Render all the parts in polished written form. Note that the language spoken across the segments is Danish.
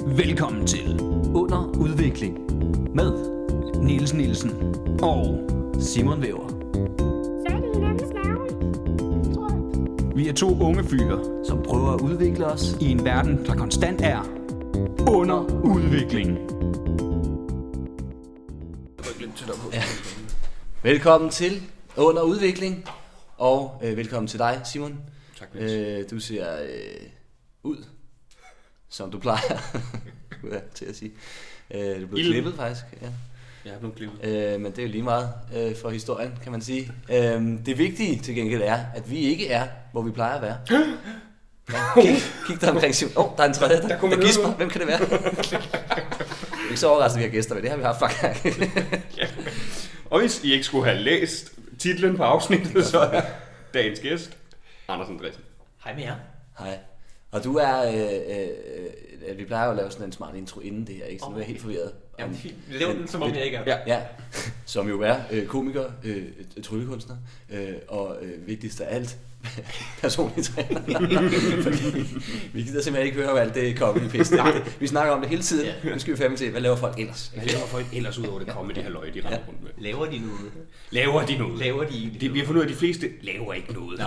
Velkommen til Under udvikling med Niels Nielsen og Simon Væver. Så er det hinandens navn, tror jeg. vi er to unge fyre Som prøver at udvikle os i en verden, der konstant er under udvikling. Ja. Velkommen til Under udvikling. Og velkommen til dig, Simon. Tak, Du ser ud, som du plejer skulle jeg til at sige. Du er blevet klippet faktisk. Ja. Jeg er blevet klippet. Men det er jo lige meget for historien, kan man sige. Det vigtige til gengæld er, at vi ikke er, hvor vi plejer at være. Ja, kig der omkring Simon. Der er en tredje, der gisper. Hvem kan det være? Det er ikke så overraskende, at vi har gæster med. Det har vi haft faktisk. Ja. Og hvis I ikke skulle have læst titlen på afsnittet, så er dagens gæst Anders Andresen. Hej med jer. Hej. Og du er, vi plejer jo at lave sådan en smart intro inden det her, ikke? Så nu er jeg helt forvirret. Jamen fint. Lav den, som om jeg ikke er. Ja. Ja, som jo er komiker, tryllekunstner, og vigtigst af alt, personlig træner. Fordi vi gider simpelthen ikke høre om alt det comedy pis. Vi snakker om det hele tiden. Ja. Nu skal vi fandme til, hvad laver folk ellers? Hvad laver folk ellers ud over det comedy halløj, de render rundt med? Laver de noget? Laver de noget? Laver de egentlig Vi har fundet ud af, at de fleste laver ikke noget.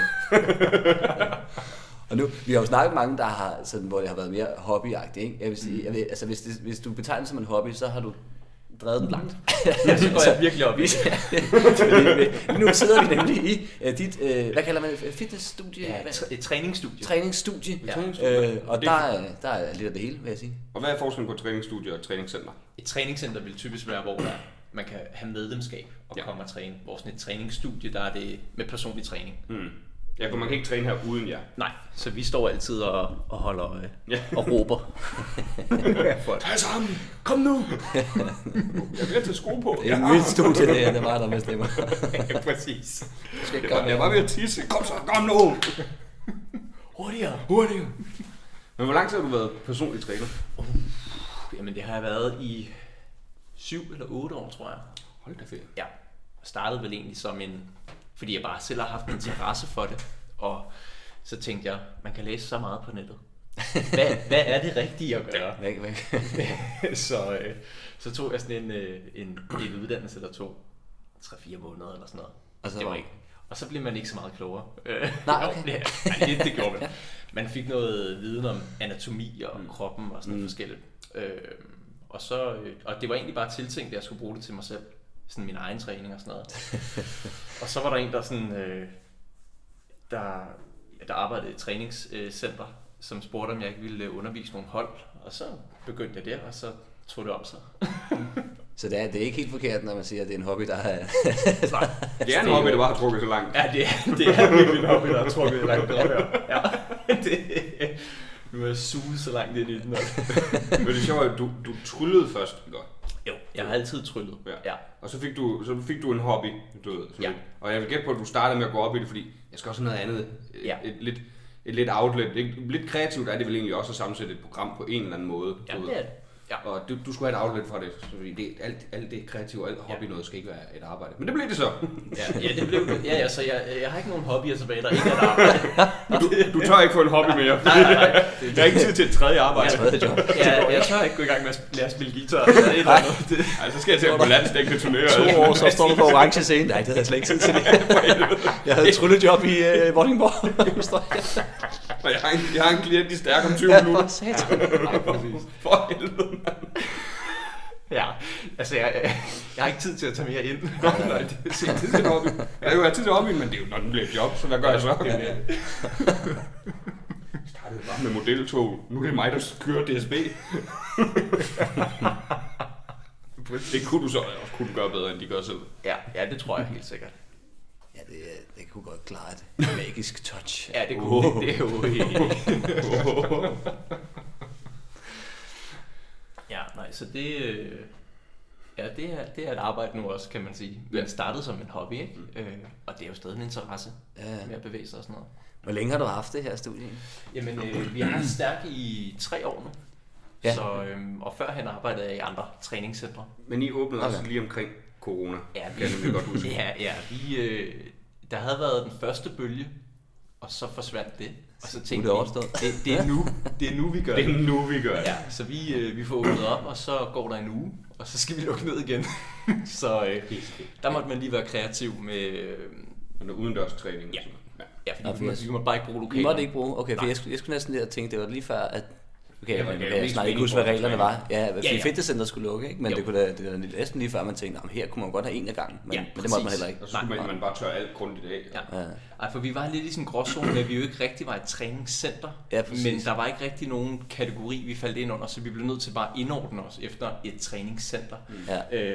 Og nu, vi har jo snakket med mange, der har sådan, hvor det har været mere hobbyagtigt, ikke? Jeg vil sige, altså hvis du betegner det som en hobby, så har du drevet den langt. Ja, så går jeg virkelig op i det. Nu sidder vi nemlig i dit, hvad kalder man det, fitnessstudie? Ja, et træningsstudie. Træningsstudie. Ja. Og der er lidt af det hele, vil jeg sige. Og hvad er forskellen på et træningsstudie og et træningscenter? Et træningscenter vil typisk være, hvor man kan have medlemskab og komme og træne. Hvor sådan et træningsstudie, der er det med personlig træning. Ja, man kan ikke træne her uden jer. Nej, så vi står altid og holder øje og råber. Tag sammen! Kom nu! Jeg er ved at tage sko på. Det er mit studie, det er meget, der bestemmer. Ja, præcis. Jeg var ved at tisse. Kom så, kom nu! Hurtigere. Men hvor lang tid har du været personlig træner? Jamen det har jeg været i 7 eller 8 år, tror jeg. Hold da fedt. Ja, jeg startede vel egentlig som fordi jeg bare selv har haft en interesse for det, og så tænkte jeg, man kan læse så meget på nettet. Hvad er det rigtige at gøre? Så tog jeg sådan en uddannelse, der tog 3-4 måneder eller sådan noget. Og så blev man ikke så meget klogere. Nej, okay. Det gjorde man. Man fik noget viden om anatomi og kroppen og sådan noget forskelligt. Og det var egentlig bare tiltænkt, at jeg skulle bruge det til mig selv. Sådan min egen træning og sådan noget. Og så var der en, der sådan, der arbejdede i et træningscenter, som spurgte, om jeg ikke ville undervise nogle hold. Og så begyndte jeg der, og så tog det om sig. Så det er ikke helt forkert, når man siger, at det er en hobby, der er... Det er en hobby, der bare har trukket så langt. Ja, det er virkelig en hobby, der har trukket langt. Ja. Nu er jeg suget så langt ind i den. Men det er sjovt, at du tryllede først, ikke? Jo, jeg har altid tryllet. Ja. Og så fik du en hobby, du ved. Ja. Og jeg vil gætte på, at du startede med at gå op i det, fordi jeg skal også have noget andet. Ja. Et lidt outlet. Lidt kreativt er det vel egentlig også at sammensætte et program på en eller anden måde. Ja, det er det. Ja. Og du skulle have et outlet for det, fordi alt det kreative og alt hobby noget skal ikke være et arbejde. Men det blev det så. Ja, det blev det. Ja, så jeg har ikke nogen hobbyer tilbage, der ikke er et arbejde. Du tør ikke få en hobby mere. Nej. Der er ikke tid til et tredje arbejde. Jeg tør ikke gå i gang med at lære at spille guitar. Nej, så skal jeg til at gå landsdækkende turnéer. 2 år, så står du på orange scene. Nej, det havde jeg slet ikke tid til det. Jeg havde et tryllejob i Vordingborg. Og jeg har en klient i stærk om 20 minutter. For helvede. Ja, altså jeg har ikke tid til at tage mere ind. Nej, det er tid til hobby. Jeg har jo tid til hobby, men det er jo når den bliver et job, så hvad gør jeg så? Jeg startede bare med modeltog. Nu er det mig, der kører DSB. Det kunne du så også kunne gøre bedre, end de gør selv. Ja, det tror jeg helt sikkert. Ja, det kunne godt klare det. Magisk touch. Ja, det kunne det er jo Ja, nej, så det er et arbejde nu også, kan man sige. Men det startede som en hobby, ikke? Og det er jo stadig en interesse med at bevæge sig og sådan noget. Hvor længe har du haft det her studie? Jamen, vi har haft stærk i 3 år nu. Ja. Så, og førhen arbejdede jeg i andre træningscentre. Men I åbnede også lige omkring corona. Ja, kan jeg nemlig godt huske. ja, der havde været den første bølge Og så forsvandt det. Og så Nu er tænkte det vi, overstået. det er nu vi gør Det det. er nu, vi gør det. Ja, så vi får åbnet op, og så går der en uge, og så skal vi lukke ned igen. Så der måtte man lige være kreativ med... Noget udendørstræning. Ja. Og sådan noget. Ja, fordi vi måtte bare ikke bruge lokaler. I måtte ikke bruge? Okay, for jeg skulle næsten lige tænke, det var lige før, at... Okay, Ja, men det er jo jeg mest snart ikke meningen huske, hvad for reglerne træning. var. Ja, fordi Ja. fitnesscenter skulle lukke, ikke? Men Jo. det var næsten lige før, man tænkte, her kunne man godt have en af gangen. Men, Ja, men det måtte man præcis. heller ikke. Og så skulle man bare tørre alt grundigt af. Ja. Ej, for vi var lidt i sådan en gråzone, at vi jo ikke rigtig var et træningscenter. Ja, præcis. Men der var ikke rigtig nogen kategori, vi faldt ind under, så vi blev nødt til bare at indordne os efter et træningscenter. Ja.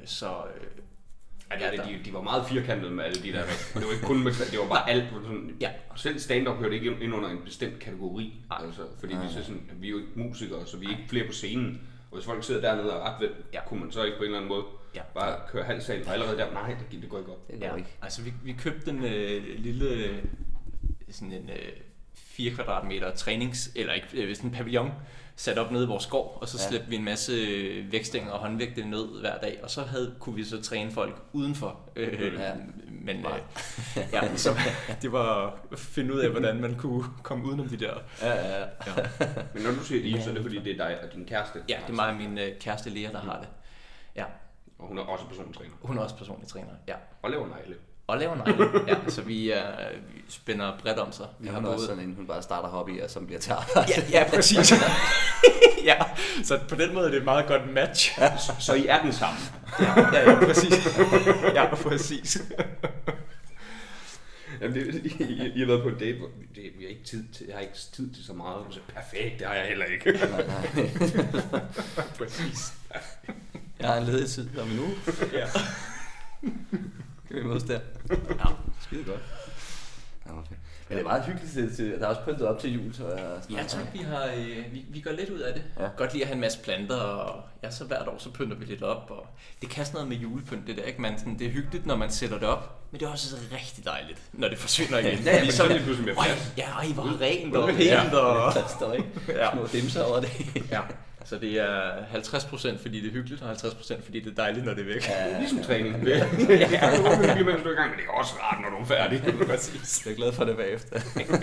De var meget firkantede med alle de der. Det var ikke kun med, det var bare alt. Sådan, Ja. Selv stand-up hørte ikke ind under en bestemt kategori. Nej. Altså, fordi vi, så sådan, vi er jo ikke musikere, så vi er ikke flere på scenen. Og hvis folk sidder dernede og er ret vel, kunne man så ikke på en eller anden måde bare køre halv sal. Og allerede der, nej, det går ikke op. Det går ikke. Altså vi købte en lille sådan en 4 kvadratmeter trænings, eller ikke, sådan en pavillon, sat op nede i vores gård, og så slæbte vi en masse vægtstænger og håndvægte ned hver dag, og så kunne vi så træne folk udenfor. Men så det var at finde ud af, hvordan man kunne komme udenom de der. Ja. Men når du siger I, så er det fordi, det er dig og din kæreste. Ja, det er mig og min kæreste Lea, der har det. Ja, Og hun er også personlig træner. hun er også personlig træner. Ja. Og laver negle. Og laver negle. Ja, så vi spænder bredt om sig. Vi Ja, har hun er også både... sådan en, hun bare starter hobbyer, som bliver til arbejde. Ja, præcis. Ja, så på den måde er det et meget godt match. Så I er den samme. Ja, præcis. Ja, præcis. Jamen, I har været på en date, hvor vi har ikke tid til, jeg har ikke tid til så meget. Så perfekt, det har jeg heller ikke. Præcis. Jeg har en ledig tid om en uge. Ja. Kan vi mødes der? Ja. Skide godt. Ja, okay. Men det er meget hyggeligt. Der er også pyntet op til jul, så Ja, tak. Vi gør lidt ud af det. Ja. Godt lide at have en masse planter, og så hvert år så pynter vi lidt op. Og det kan sådan noget med julepynt, det der, ikke? Det er hyggeligt, når man sætter det op, men det er også rigtig dejligt, når det forsvinder igen. Ja, men så er det lige pludselig mere plads. Hvor rent og pænt. Og... der står ikke små dimser over det. Ja. Så det er 50% fordi det er hyggeligt, og 50% fordi det er dejligt, når det er væk. Ligesom træning. Det er hyggeligt, mens du er i gang, men det er også rart, når du er færdig. Præcis. Jeg er glad for det bagefter.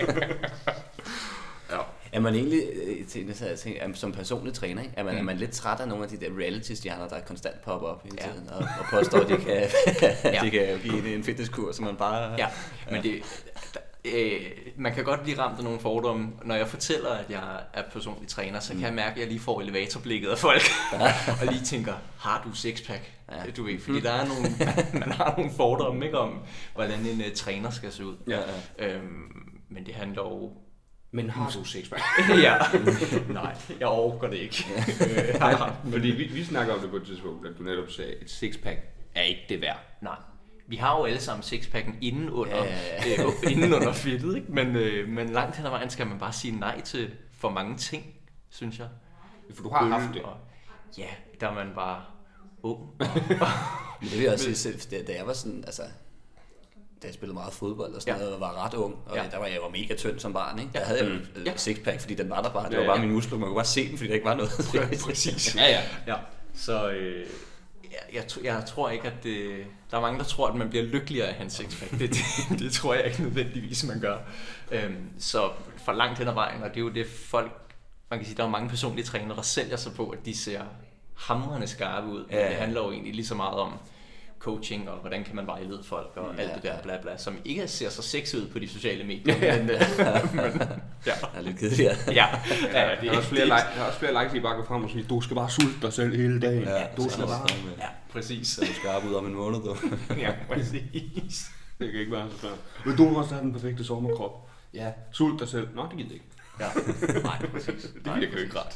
Ja. Er man egentlig, som personlig træner, ikke? Er man lidt træt af nogle af de der reality-stjerner, der konstant popper op hele tiden, og påstår, at de kan give en fitnesskur, så man bare... Ja, men det... man kan godt blive ramt af nogle fordomme. Når jeg fortæller, at jeg er personlig træner, så kan jeg mærke, at jeg lige får elevatorblikket af folk. Og lige tænker, har du sixpack? Ja. Du ved, fordi der er nogle, man har nogle fordomme, ikke, om, hvordan en træner skal se ud. Ja. Men det handler jo... Men har du sixpack? Ja. Nej, jeg overgår det ikke. Fordi vi snakker om det på et tidspunkt, at du netop sagde, at et sixpack er ikke det værd. Nej. Vi har jo alle sammen sixpacken inden under fedtet, ikke? Men langt hen ad vejen skal man bare sige nej til for mange ting, synes jeg. For du har haft det. Og, ja, der er man bare ung. Men det vil jeg også sige selv, da jeg var sådan, altså... Da jeg spillede meget fodbold og sådan noget, og var ret ung, og der var jeg var mega tynd som barn, ikke? Der havde jeg jo sixpack, fordi den var der bare. Det var bare min muskler, man kunne bare se den, fordi der ikke var noget. Præcis. Ja. Så jeg tror ikke, at der er mange, der tror, at man bliver lykkeligere af hans sixpack. Det tror jeg ikke nødvendigvis, man gør. Så for langt hen ad vejen, og det er jo det folk, man kan sige, der er mange personlige trænere, der sælger sig på, at de ser hamrende skarpe ud. Men det handler jo egentlig lige så meget om coaching, og hvordan kan man vejlede folk, og alt det der bla bla, som ikke ser så sexet ud på de sociale medier. Men Det er lidt kedeligt, ja. Der er også flere likes, I bare går frem og siger, du skal bare sulte dig selv hele dagen. Du skal bare... Ja, præcis. Så du skal op ud om en måned, du. Ja, præcis. Det kan ikke være så svært. Men du må også have den perfekte sommerkrop. Ja, sult dig selv. Nå, det gider ikke. Ja. Nej, præcis. Det virker jo ikke ret.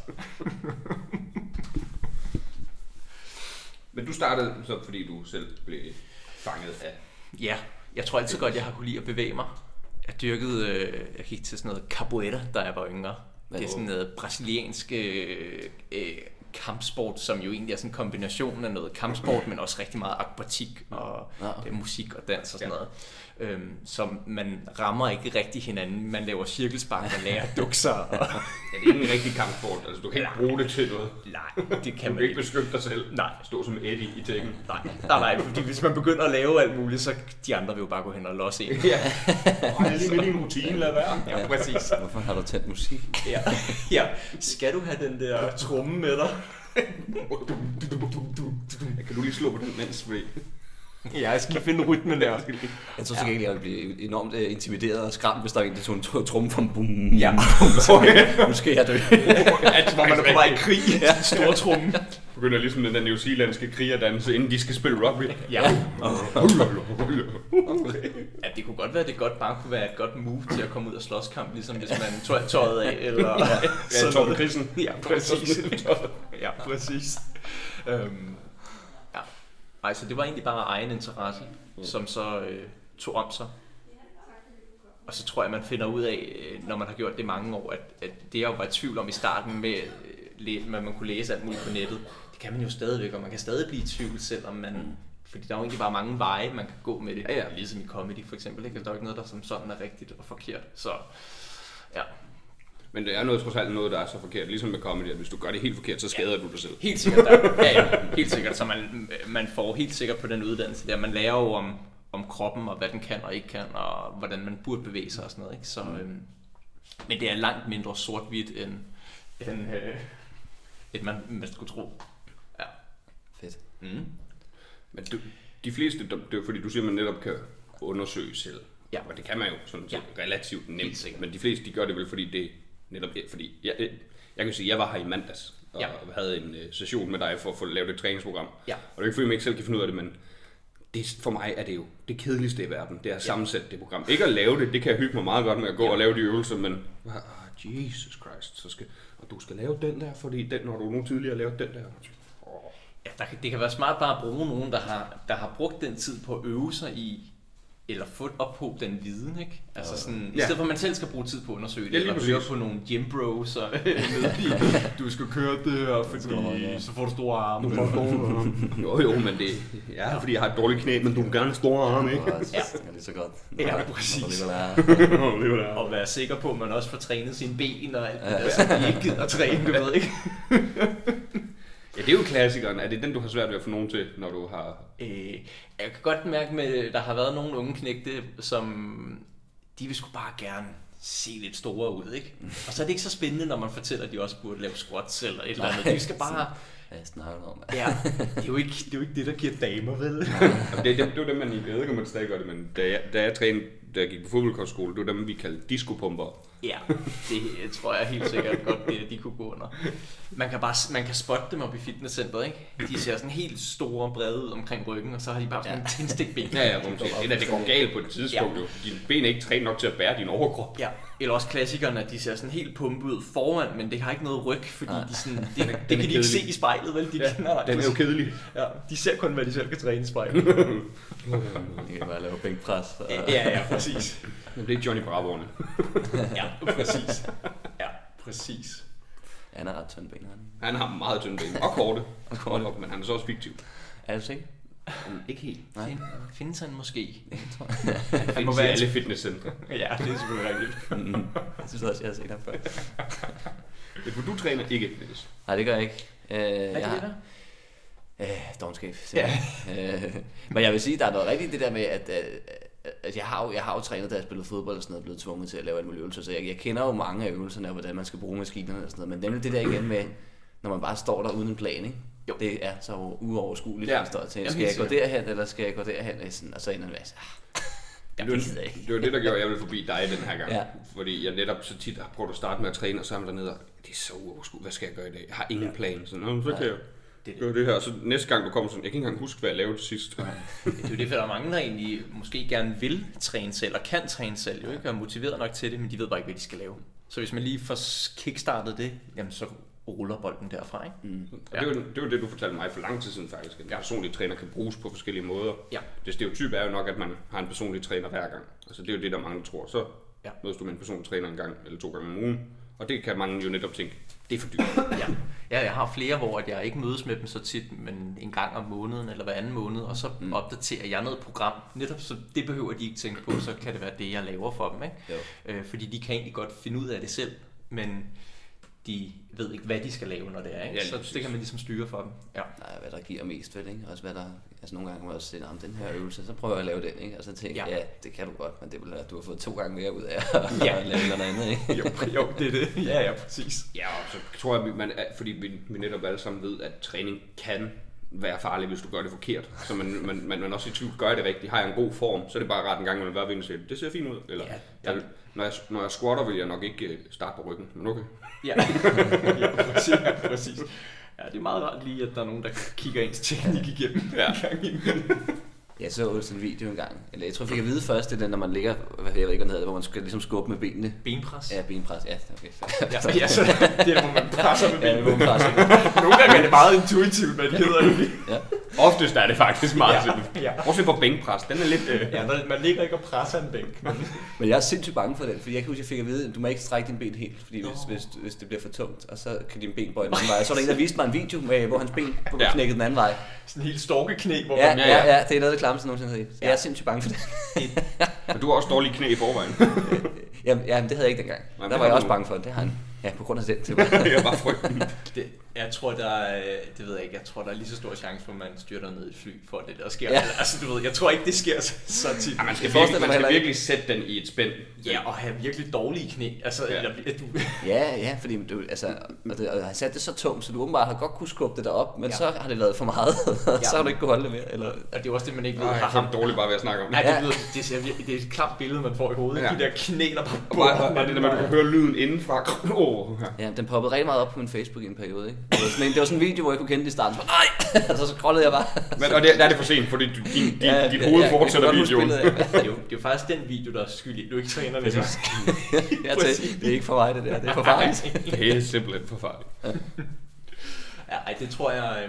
Men du startede så, fordi du selv blev fanget af... Ja, jeg tror altid godt, jeg har kunne lide at bevæge mig. Jeg gik til sådan noget capoeira, da jeg var yngre. Det er sådan noget brasiliansk kampsport, som jo egentlig er sådan en kombination af noget kampsport, men også rigtig meget akrobatik og musik og dans og sådan noget. Så man rammer ikke rigtig hinanden. Man laver cirkelspark og lærer at dukke sig. Og... Ja, det er ikke en rigtig kampsport. Altså, du kan ikke bruge det til noget. Nej, det kan du man ikke beskytte dig selv. Nej. Stå som Eddie i Tekken. Nej, fordi hvis man begynder at lave alt muligt, så de andre vil jo bare gå hen og losse en. Ja. Jeg er lige midt i en rutine, lad være. Ja, præcis. Hvorfor har du tændt musik? Ja. Skal du have den der tromme med dig? Kan du lige slå på den mens, fordi... Ja, jeg skal lige finde rytmen der. Jeg tror sikkert, jeg ville blive enormt intimideret og skræmt, hvis der var en, der tog en tromme fra bum. Ja. Nu skal jeg dø. Hvor man er på vej i krig. Ja. Stor tromme. Begynder ligesom den newzealandske krigerdanse, inden de skal spille rugby. Ja. Ja, det kunne godt være, at det godt bare kunne være et godt move til at komme ud af slåskamp, ligesom hvis man tog tøjet af, eller... Ja, Torben Christen. Ja, præcis. Ja, præcis. Nej, så det var egentlig bare egen interesse, som så tog om sig. Og så tror jeg, man finder ud af, når man har gjort det mange år, at det jeg jo var i tvivl om i starten med, at man kunne læse alt muligt på nettet, det kan man jo stadigvæk, og man kan stadig blive i tvivl, selvom man... Fordi der er jo egentlig bare mange veje, man kan gå med det. Ja. Ligesom i comedy for eksempel, ikke? Der er jo ikke noget, der som sådan er rigtigt og forkert. Så ja. Men det er noget trods alt noget, der er så forkert, ligesom med comedy, at hvis du gør det helt forkert, så skader du dig selv. Helt sikkert, ja, helt sikkert. Så man får helt sikkert på den uddannelse der. Man lærer jo om kroppen, og hvad den kan og ikke kan, og hvordan man burde bevæge sig og sådan noget, ikke? Så, men det er langt mindre sort-hvidt, end man skulle tro. Ja. Fedt. Men de fleste, det er fordi du siger, at man netop kan undersøge selv. Ja. Og det kan man jo sådan relativt nemt. Men de fleste, de gør det vel, fordi det netop... Fordi jeg kan sige, at jeg var her i mandags og havde en session med dig for at få lavet et træningsprogram. Ja. Og det er ikke fordi, man ikke selv kan finde ud af det, men for mig er det jo det kedeligste i verden. Det er at sammensætte det program. Ikke at lave det kan jeg hygge mig meget godt med at gå og lave de øvelser, men... Jesus Christ, og du skal lave den der, fordi når du nu tidligere lavet den der... Ja, det kan være smart bare at bruge nogen, der har brugt den tid på at øve sig i, eller få ophåb den viden, ikke? Altså sådan, i stedet for at man selv skal bruge tid på at undersøge det, eller høre på nogle gym bros, og du skal køre det her, fordi så får du store arme. Jo, men det er fordi jeg har et dårligt knæ, men du vil gerne have store arme, ikke? Ja, det er så godt. Ja, præcis. Og være sikker på, at man også får trænet sine ben og alt det der, så de ikke gider at træne, du ved, ikke? Ja, det er jo klassikeren. Er det den, du har svært ved at få nogen til, når du har... Jeg kan godt mærke, at der har været nogle unge knægte, som de vil sgu bare gerne se lidt store ud, ikke? Og så er det ikke så spændende, når man fortæller, at de også burde lave squats eller et eller andet. De skal bare... Ja, det er jo ikke det, der giver damer, vel? Det var dem, man ikke ved, om man stadig gør det, men da jeg trænede, da jeg gik på fodboldkostskole, det var dem, vi kaldte discopumper. Ja, det tror jeg helt sikkert godt, det de kunne gå under. Man kan spotte dem op i fitnesscenteret, ikke? De ser sådan helt store, brede ud omkring ryggen, og så har de bare sådan en tændstikben. Ja, det går galt på et tidspunkt jo. Dine ben er ikke trænet nok til at bære din overkrop. Ja, eller også klassikerne, at de ser sådan helt pumpet ud foran, men det har ikke noget ryg, fordi de sådan, det kan de ikke se i spejlet, vel? Den er jo kedelig. Ja, de ser kun, hvad de selv kan træne i spejlet. De kan bare lave bænkpres. Ja, præcis. Det er Johnny Bravo'erne. Ja, præcis. Ja, præcis. Han har ret tynde ben. Han har meget tynde ben. Og korte. Men han er så også fiktiv. Er du sikker? Ikke helt. Findes han måske? Han må være alle fitnesscentre. Ja, det er selvfølgelig rigtigt. Jeg synes også, jeg har set ham før. For du træner ikke fitness? Nej, det gør jeg ikke. Hvad er det der? Dogenskab. Men jeg vil sige, der er noget rigtigt det der med, at jeg har jo trænet, da jeg spillede fodbold og sådan noget, blevet tvunget til at lave alle mulige øvelser, så jeg kender jo mange af øvelserne, og hvordan man skal bruge maskinerne og sådan noget, men nemlig det der igen med, når man bare står der uden en plan, ikke? Jo. Det er så uoverskueligt, at man står til, skal jeg gå derhen, eller skal jeg gå derhen, og så ender det det var det, der gjorde, at jeg ville forbi dig den her gang, fordi jeg netop så tit har prøvet at starte med at træne, og så dernede, og det er så uoverskueligt, hvad skal jeg gøre i dag? Jeg har ingen plan, så kan jeg gøre det her, så næste gang du kommer sådan, jeg kan ikke engang huske, hvad jeg lavede sidst. Det er jo det, for der er mange, der egentlig måske gerne vil træne selv, og kan træne selv, jo ikke, og er motiveret nok til det, men de ved bare ikke, hvad de skal lave. Så hvis man lige får kickstartet det, jamen så ruller bolden derfra, ikke? Og det var det, du fortalte mig for lang tid siden faktisk, at en personlig træner kan bruges på forskellige måder. Ja. Det stereotype er jo nok, at man har en personlig træner hver gang. Altså det er jo det, der mange tror. Så mødes du med en personlig træner en gang eller 2 gange om ugen, og det kan mange jo netop tænke, Det er for dyrt. Ja, jeg har flere, hvor jeg ikke mødes med dem så tit, men en gang om måneden eller hver anden måned, og så opdaterer jeg noget program. Netop så det behøver de ikke tænke på, så kan det være det, jeg laver for dem. Ikke? Fordi de kan egentlig godt finde ud af det selv, men de ved ikke, hvad de skal lave, når det er. Ikke? Så det kan man ligesom styre for dem. Ja. Nej, hvad der giver mest, vel, ikke? Også hvad der... Altså nogle gange kan man også sige, om den her øvelse, så prøver jeg at lave den, ikke? Og så tænker jeg, ja, det kan du godt, men det vil at du har fået 2 gange mere ud af at lave noget andet, ikke? jo, det er det. Ja, præcis. Ja, og så tror jeg, fordi vi netop alle sammen ved, at træning kan være farlig, hvis du gør det forkert. Så man også i tvivl, gør jeg det rigtigt? Har jeg en god form, så er det bare ret en gang, man vil være ved og sige, det ser fint ud. Eller, når jeg squatter, vil jeg nok ikke starte på ryggen, men okay. Ja, præcis. Ja, det er meget rart lige, at der er nogen, der kigger ens teknik igennem. Jeg så sådan en video engang, eller jeg tror, jeg fik at vide først, det er den, når man ligger, jeg ved ikke, hvad den hedder, hvor man skal ligesom skubbe med benene. Benpres? Ja, benpres, ja, okay. Ja, så det er, hvor man presser med benene. Nogle gange er det meget intuitivt, hvad det hedder. Ja. Oftest er det faktisk meget simpelt. Bortset fra bænkpres, den er lidt... man ligger ikke og presser en bænk. Men jeg er sindssygt bange for den, fordi jeg kan huske, jeg fik at vide, at du må ikke strække dine ben helt, fordi hvis det bliver for tungt, og så kan dine ben bøje den anden vej. Så var der en, der viste mig en video med, hvor hans ben knækkede den anden vej. Sådan en helt storkeknæ, hvor man... Ja, det er noget, det klamste nogensinde har set. Jeg er sindssygt bange for det. Men du har også dårlige knæ i forvejen. Jamen, det havde jeg ikke dengang. Der var jeg også bange for. Det har han. Ja, på grund af den. Jeg var frygten. Jeg tror, det ved jeg ikke. Jeg tror, der er lige så stor chance for, at man styrter ned i et fly, for at det der sker. Ja. Altså, du ved, jeg tror ikke, det sker så tit. Ja, man skal virkelig sætte den i et spænd. Ja, og have virkelig dårlige knæ. Altså, Ja, fordi du, altså, og har sat det så tungt, så du åbenbart har godt kunne skubbe det derop, men så har det været for meget, så har du ikke kunne holde det mere. Eller... Og det er også det, man ikke ved. Jeg er helt dårligt bare ved at snakke om det. Nej, det er et klamt billede, man får i hovedet. De der knæ, der bare og det der, man kan høre lyden indenfra. Ja, den poppede rigtig meget op på min Facebook i en periode, ikke? Det var sådan en video, hvor jeg kunne kende det i starten. Nej! Så scrollede jeg bare. Men, og der er det for sent, fordi dit hoved fortsætter videoen. Det er jo faktisk den video, der er skyld i. Du ikke træner det. Det er ikke for mig, det der. Det er for farligt. Det er simpelthen for farligt. Ja, det tror jeg...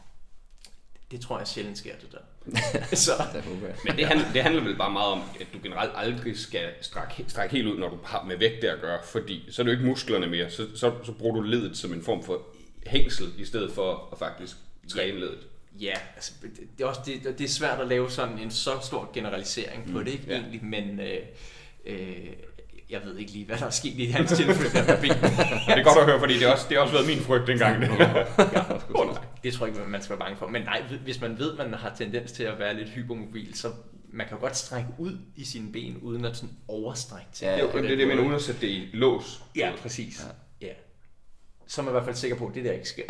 Det tror jeg sjældent sker, det der. Så. Men det handler vel bare meget om, at du generelt aldrig skal strække helt ud, når du har med vægt der at gøre, fordi så er det jo ikke musklerne mere, så bruger du ledet som en form for hængsel, i stedet for at faktisk træne ledet. Ja, altså, det er svært at lave sådan en så stor generalisering på det, ikke egentlig, men jeg ved ikke lige, hvad der er sket i hans tilfælde. Det er godt at høre, fordi det har også været min frygt dengang. Det tror jeg ikke, man skal være bange for. Men nej, hvis man ved, man har tendens til at være lidt hypermobil, så man kan godt strække ud i sine ben, uden at sådan overstrække til. Ja, det er det, man uden at sætte det i lås. Ja, præcis. Ja. Så er man i hvert fald sikker på, at det der ikke sker.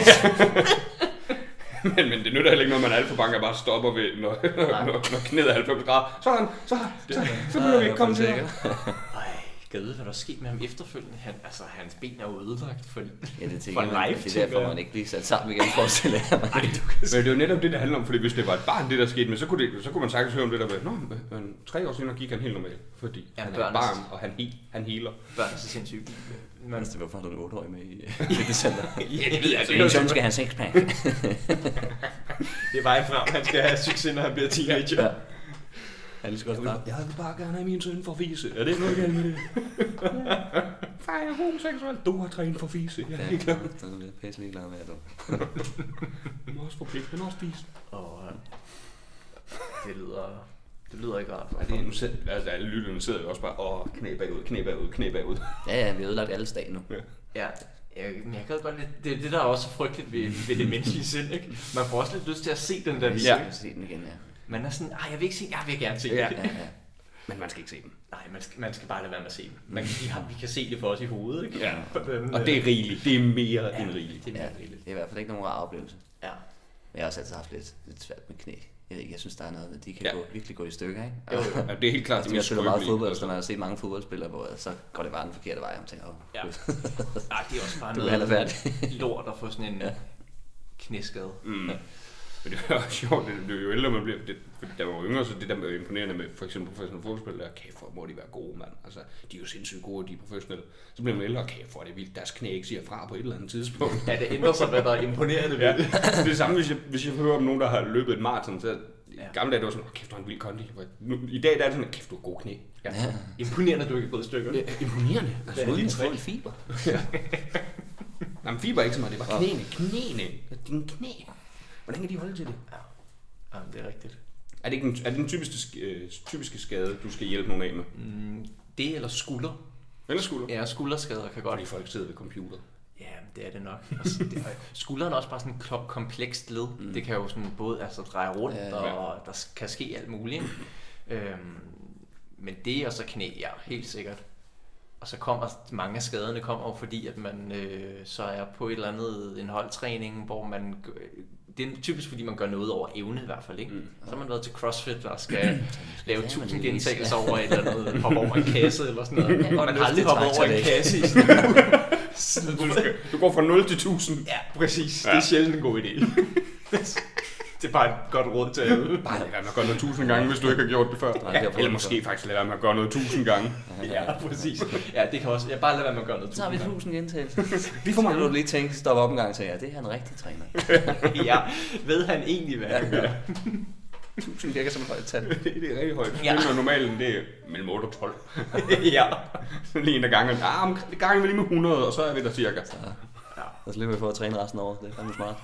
Men det nytter heller ikke noget, man er alt for bange at bare stopper ved, når knæet er 90 grader. Så bliver vi ikke komme til. Jeg ved, hvad der er sket med ham efterfølgende. Hans ben er jo ødelagt for life. Det er derfor, man ikke bliver sat sammen igen for at se lære. Men det er jo netop det, der handler om, fordi hvis det var et barn, det der skete med, så kunne man sagtens høre om det der med, men 3 år senere gik han helt normalt, fordi han er et barn, og han healer. Børn er så sindssygt. Det var for, at du er 8-årig med i fitnesscenter. Ja, det ved jeg ikke. Som skal have sexpack. Det er vejen frem. Han skal have succes, når han bliver teenager. Ja. Jeg vil bare gerne have min søn for fise. Er det noget galt med det? Far, jeg er homoseksuel. Du har trænet for fise. Jeg er ikke klar. Så er det pæst lige klar med, at du må også få pligt, men også spise. Det lyder ikke rart. Alle lytterne sidder jo også bare, knæ bagud. Ja, vi har ødelagt alle stagen nu. Ja. Men jeg kan godt lidt, det er det, der er også frygteligt ved det menneskelige sind, ikke? Man får også lidt lyst til at se den der video. Ja, se den igen, ja. Man er sådan, jeg vil ikke se den, jeg vil gerne se den. Ja. Men man skal ikke se den. Nej, man skal bare lade være med at se den. Vi kan se det for os i hovedet, ikke? Ja. Og det er rigeligt. Det er mere end rigeligt. Det er i hvert fald ikke nogen rar oplevelse. Ja. Men jeg har også altid haft lidt svært med knæ. Jeg synes, der er noget, at de kan virkelig gå i stykker, ikke? Jo. Ja, det er helt klart, det er spiller meget fodbold, så man har set mange fodboldspillere, hvor så går det bare den forkerte vej, og man tænker, ja. Det er også bare noget lort at få sådan en knæskade. Mm. Men det er jo sjovt, det er jo ældre man bliver, der var jo yngre, så det der med imponerende med for eksempel professionelle fodboldspillere, kæft hvor må de være gode, mand. Altså, de er jo sindssygt gode, de er professionelle. Så bliver man ældre, kæft hvor er det vildt, deres knæ ikke siger fra på et eller andet tidspunkt. Ja, det ændrer sig, hvad der er imponerende ved det. Det er det samme, hvis jeg hører om nogen, der har løbet et maraton, så i gamle dage, det var sådan, kæft, du har en vild kondi. I dag der er det sådan, kæft, du har gode knæ. Ja. Imponerende, du ikke er gået i stykker. Imponerende. Altså, uden at få en fiber. Nej, men fiber er ikke så meget, det er bare knæene. Dine knæ. Hvordan kan de holde til det? Ja, det er rigtigt. Er det den typiske skade, du skal hjælpe nogen af med? Det eller skulder. Eller skulder? Ja, skulderskader kan godt. Fordi folk sidder ved computer. Ja, det er det nok. Skulderen er også bare sådan et komplekst led. Det kan jo sådan både dreje rundt, og der kan ske alt muligt. Men det og så knæ, ja, helt sikkert. Og så kommer mange af skaderne kommer fordi at man så er på et eller andet en holdtræning, hvor man det er typisk fordi man gør noget over evne i hvert fald, ikke? Så har man været til CrossFit og skal lave 1000 gentagelser over et eller andet, hoppe over en kasse eller sådan noget. Og man har aldrig hoppet over en kasse i sådan Du går fra 0 til 1000. Ja, præcis. Det er sjældent en god idé. Det er bare et godt råd til alle. Bare lad være med at gøre noget 1000 gange, hvis du ikke har gjort det før. Ja, eller måske faktisk lad være med at gøre noget 1000 gange. Ja, præcis. Ja, det kan også. Jeg bare lad være med at gøre noget 1000 gange. Så har vi 1000 gentagelser. Vi får du lige tænke, stoppe op en gang og sige, ja, det er en rigtig træner. Ja, ved han egentlig, hvad han gør? 1000 virker som et højt tal. Det er rigtig højt. Ja. Men normalt det er mellem 8 og 12. Ja. Lige en af gangen. Gangen vi lige med 100, og så er vi der cirka. Så slipper vi for at træne resten af året. Det er fandme smart.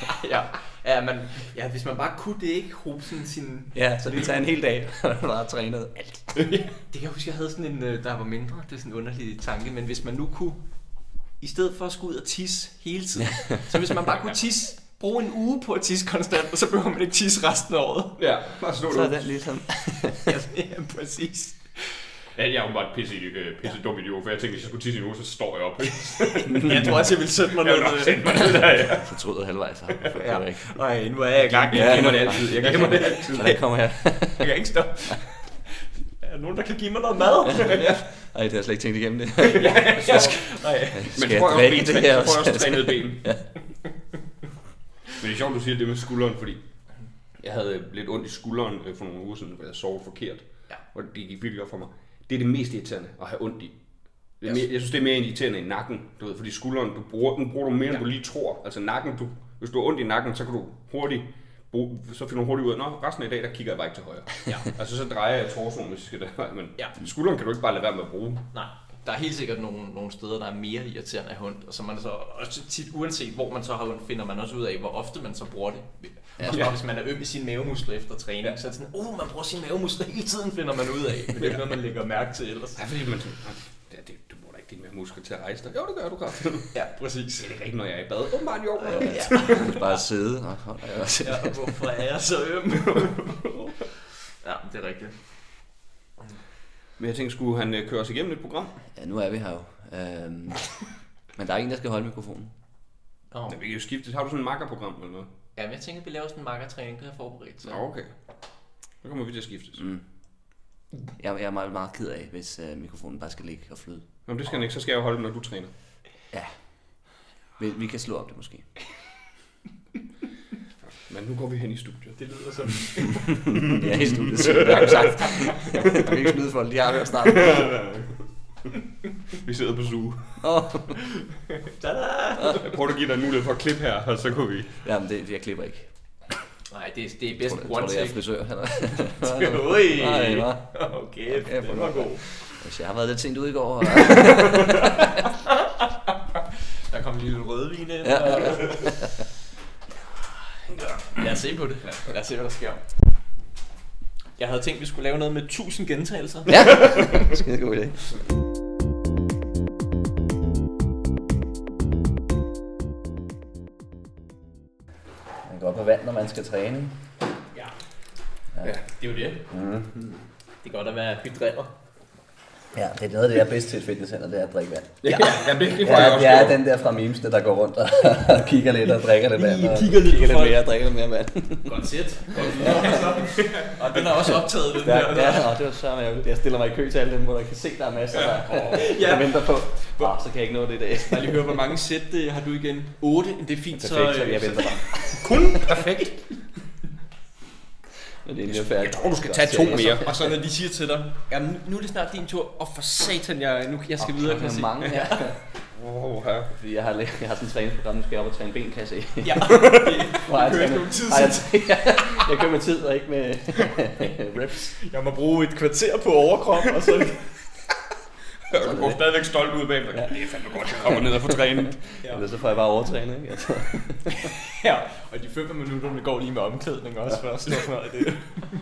Ja, hvis man bare kunne det, ikke hobe sin... Ja, så det tager en hel dag, og bare trænet alt. Det kan jeg huske, jeg havde sådan en, der var mindre. Det er sådan en underlig tanke. Men hvis man nu kunne, i stedet for at skulle ud og tisse hele tiden, så hvis man bare kunne bruge en uge på at tisse konstant, og så behøver man ikke tisse resten af året. Ja, bare slå så er den ligesom... Ja, præcis. Ja, jeg er jo bare et pisse dum idiot, for jeg tænkte, hvis jeg skulle tisse i en uge, så står jeg op. Jeg tror også, jeg ville sætte mig ned. Jeg fortryder halvvejs. Nej, nu er jeg i gang. Jeg glemmer det altid. Hvordan kommer jeg? Jeg kan ikke stoppe. Er der nogen, der kan give mig noget mad? Ej, det har jeg slet ikke tænkt igennem det. Men jeg prøver også at træne ben. Men det er sjovt, du siger det med skulderen, fordi jeg havde lidt ondt i skulderen for nogle uger siden, hvor jeg sov forkert. Og det gik virkelig op for mig. Det er det mest irriterende at have ondt i. Jeg synes, det er mere irriterende end nakken, du ved, fordi skulderen, den bruger du mere, end du lige tror. Altså nakken, hvis du har ondt i nakken, så kan du hurtigt, så finder du hurtigt ud af, resten af i dag, der kigger jeg bare ikke til højre. Ja. Altså så drejer jeg torsoen, hvis jeg skal der, men skulderen kan du ikke bare lade være med at bruge. Nej. Der er helt sikkert nogle steder, der er mere irriterende af ondt, og så man så også tit, uanset hvor man så har ondt, finder man også ud af, hvor ofte man så bruger det. Også bare, hvis man er øm i sine mavemuskler efter træning, så er det sådan, man bruger sine mavemuskler hele tiden, finder man ud af. Men det er ikke noget, man lægger mærke til ellers. Ja, fordi man du bruger da ikke dine mavemuskler til at rejse dig. Jo, det gør du godt. Ja, præcis. Det er ikke rigtigt, når jeg er i bad. Åbenbart jo. Bare sidde. Ja, hvorfor er jeg så øm? Ja, det er rigtigt. Men jeg tænkte, skulle han køre os igennem et program? Ja, nu er vi her jo. Men der er ingen, der skal holde mikrofonen. Ja, vi kan jo skifte. Har du sådan et makkerprogram eller noget? Ja, men jeg tænker, at vi laver sådan en makkertræning, det har jeg forberedt. Så. Okay. Så kommer vi til at skiftes. Jeg er meget, meget ked af, hvis mikrofonen bare skal ligge og flyde. Jamen det skal han ikke, så skal jeg holde når du træner. Ja. Vi kan slå op det måske. Men nu går vi hen i studiet. Det lyder som... Ja, i studiet, så det har jeg sagt. Du kan ikke snyde folk, de har hørt snart. Vi sidder på suge. Tada! Jeg prøver at give dig en mulighed for at klippe her, og så kunne vi... Jamen, jeg klipper ikke. Nej, det er bedst one take. Tror du, jeg er frisør? Ui! Nej, okay, det var god. Hvis jeg har været lidt sent ude i går. Der kom en lille rødvin ind. Ja. Lad os se på det. Lad os se, hvad der sker. Jeg havde tænkt, vi skulle lave noget med 1000 gentagelser. Ja, skide god idé. Man går op med vand, når man skal træne. Ja, det er jo det. Det er godt at være hydreret. Ja, det er noget af det, jeg er bedst til et fitnesscenter, det er at drikke vand. Ja, det får jeg også. Jeg er den der fra memesene, der går rundt og kigger lidt og drikker lidt vand. Kigger lidt mere og drikker lidt mere vand. Godt set. Og den er også optaget, den der. Ja, og det var så ærgerligt. Jeg stiller mig i kø til alle dem, hvor der kan se, der er masser, der venter på. Så kan jeg ikke nå det i dag. Jeg lige høre, hvor mange sæt har du igen? 8? Det er fint, så jeg venter bare. Kun perfekt. Jeg tror, du skal tage 2 mere. Og så når de siger til dig, jamen, nu er det snart din tur, og for satan, jeg skal videre, kan jeg se. Mange her. Fordi jeg har sådan et træningsprogram, nu skal jeg op og træne ben, kan jeg se. Ja, jeg kører med tid og ikke med reps. Jeg må bruge et kvarter på overkrop, og så... Og du går stadigvæk stolt ud bagefter. Ja. Det er fandme godt, jeg kommer ned og får trænet. Eller så får jeg bare overtræne, ikke? Altså. Ja, og de 5 minutter går lige med omklædning også først. Det.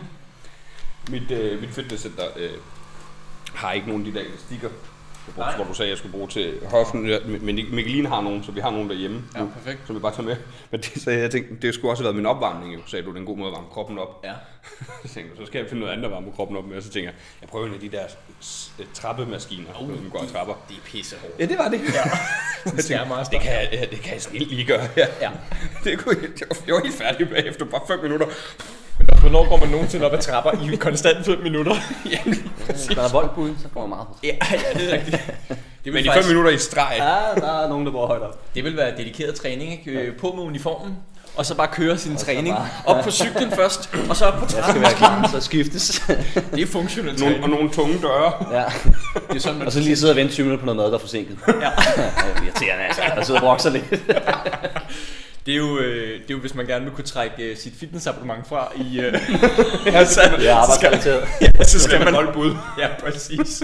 Mit fitnesscenter har ikke nogen af de der elastikker, hvor du sagde, at jeg skulle bruge til hoften. Men Mikkeline har nogen, så vi har nogen derhjemme, perfekt. Som vi bare tager med. Men så jeg tænkte, det skulle også have været min opvarmning. Jo. Sagde du, det er en god måde at varme kroppen op. Ja. Så tænkte jeg, så skal jeg finde noget andet at varme kroppen op med. Og så tænker jeg prøver en af de der trappemaskiner, som går af trapper. Det er pissehårdt. Ja, det var det. Ja. Det kan jeg snilt lige gøre. Ja. Jeg var helt færdig bagefter bare 5 minutter. Men hvornår går man nogensinde op ad trapper i konstant 5 minutter? Ja, hvis man har voldbud, så går man meget. Ja, det er rigtigt. Men i 5 minutter i streg. Ja, der er nogen, der bor højt op. Det vil være dedikeret træning, ikke? På med uniformen, og så bare køre sin træning. Op på cyklen først, og så op på trappen. Jeg skal være klar, så skiftes. Det er funktionelt træning. Og nogle tunge døre. Ja. Det er sådan, og så lige sidde og vente 20 minutter på noget mad, der er forsinket. Ja. Det er irriterende, altså. Der sidder og brokser lidt. Det er jo hvis man gerne vil kunne trække sit fitnessabonnement fra i arbejdsrelateret. Ja, så skal man holde bud. Ja, præcis.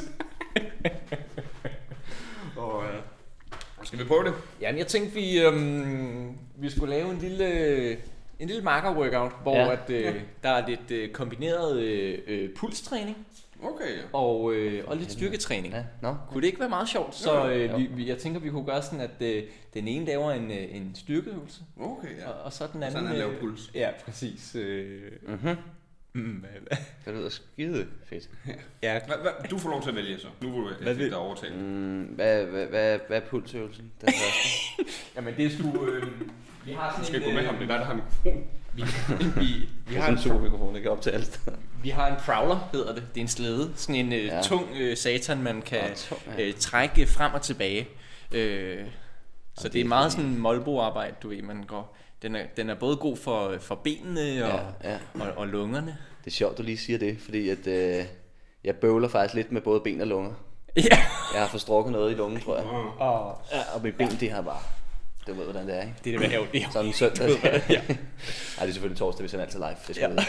Skal vi prøve det? Ja, jeg tænkte vi skulle lave en lille marker-workout, hvor der er lidt kombineret pulstræning. Okay. Og lidt styrketræning. Ja. No. Kunne det ikke være meget sjovt? Så jeg tænker, vi kunne gøre sådan, at den ene laver en styrkeøvelse. Okay, ja. Og så den anden... Sådan laver puls. Ja, præcis. Det lyder skide fedt. Ja. Du får lov til at vælge så. Nu vil jeg fik dig overtale. Hvad er pulsøvelsen? Den første? Jamen det er sgu... vi har sådan du skal gå med ham, det er der har mikrofon. Vi har en super mikrofon, der kan op til alt. Vi har en prowler, hedder det. Det er en slæde. Sådan en tung satan, man kan trække frem og tilbage. Så det er meget sådan Molbo-arbejde, du ved, man går... Den er både god for benene og lungerne. Det er sjovt, du lige siger det, fordi at, jeg bøvler faktisk lidt med både ben og lunger. Ja. Jeg har forstrukket noget i lungen, tror jeg. Og mit ben, det har bare... Du ved, hvordan det er, ikke? Det er det, hvad jeg sådan en søndag. Ej, det er selvfølgelig torsdag, vi sender altid live. Det skal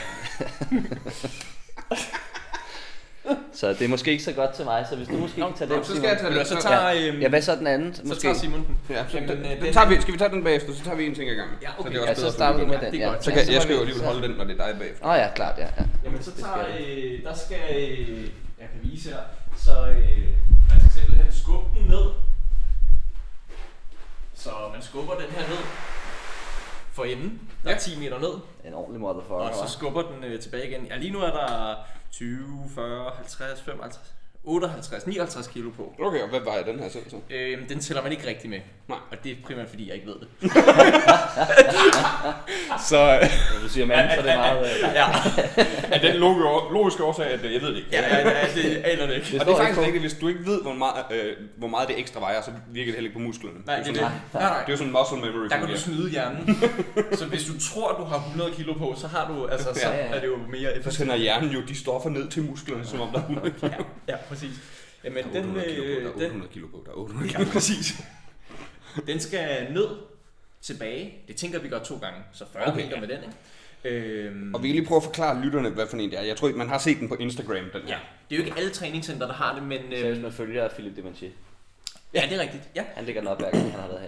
Så det er måske ikke så godt til mig, så hvis du måske kan tage den, så skal jeg tage den. Så tager, hvad så den anden? Så tager Simon den. Ja, den tager vi, skal vi tage den bagefter, så tager vi en ting ad gangen. Ja, okay. Så, det er også så starter du med den. Ja. Så kan jeg skal jo alligevel holde den, når det er dig bagefter. Ja, klart, ja. Jamen så tager, der skal, jeg kan vise her, så man skal simpelthen skubbe den ned. Så man skubber den her ned for enden, der er 10 meter ned. En ordentlig motherfucker. Og så skubber den tilbage igen. Ja, lige nu er der 20, 40, 50, 55, 58, 59 kilo på. Okay, og hvad vejer den her selv så? Den tæller man ikke rigtig med. Nej. Og det er primært fordi jeg ikke ved det. Så du siger mand, så det er meget... Er den logiske årsag, at jeg ved det ikke? Ja, det aner det ikke. Og det er faktisk ikke, hvis du ikke ved, hvor meget det ekstra vejer, så virker det heller ikke på musklerne. Nej, det er det er jo sådan en muscle memory. Der kan du snyde hjernen. Så hvis du tror, du har 100 kilo på, så har du, altså, så er det jo mere effektivt. Så sender hjernen jo de stoffer ned til musklerne, som om der er 100 kilo. Ja, præcis. Jamen, der er 800 kilo på, der er 800 kilo på. Ja, præcis. Den skal ned, tilbage. Det tænker vi gør 2 gange, så 40 meter med den, ikke? Og vi kan lige prøve at forklare lytterne, hvad for en det er. Jeg tror, man har set den på Instagram, den her. Ja, det er jo ikke alle træningscenter, der har det, men... Så hvis man følger Philippe Demantier. Ja, det er rigtigt. Ja. Han lægger den op hver gang, han har været her.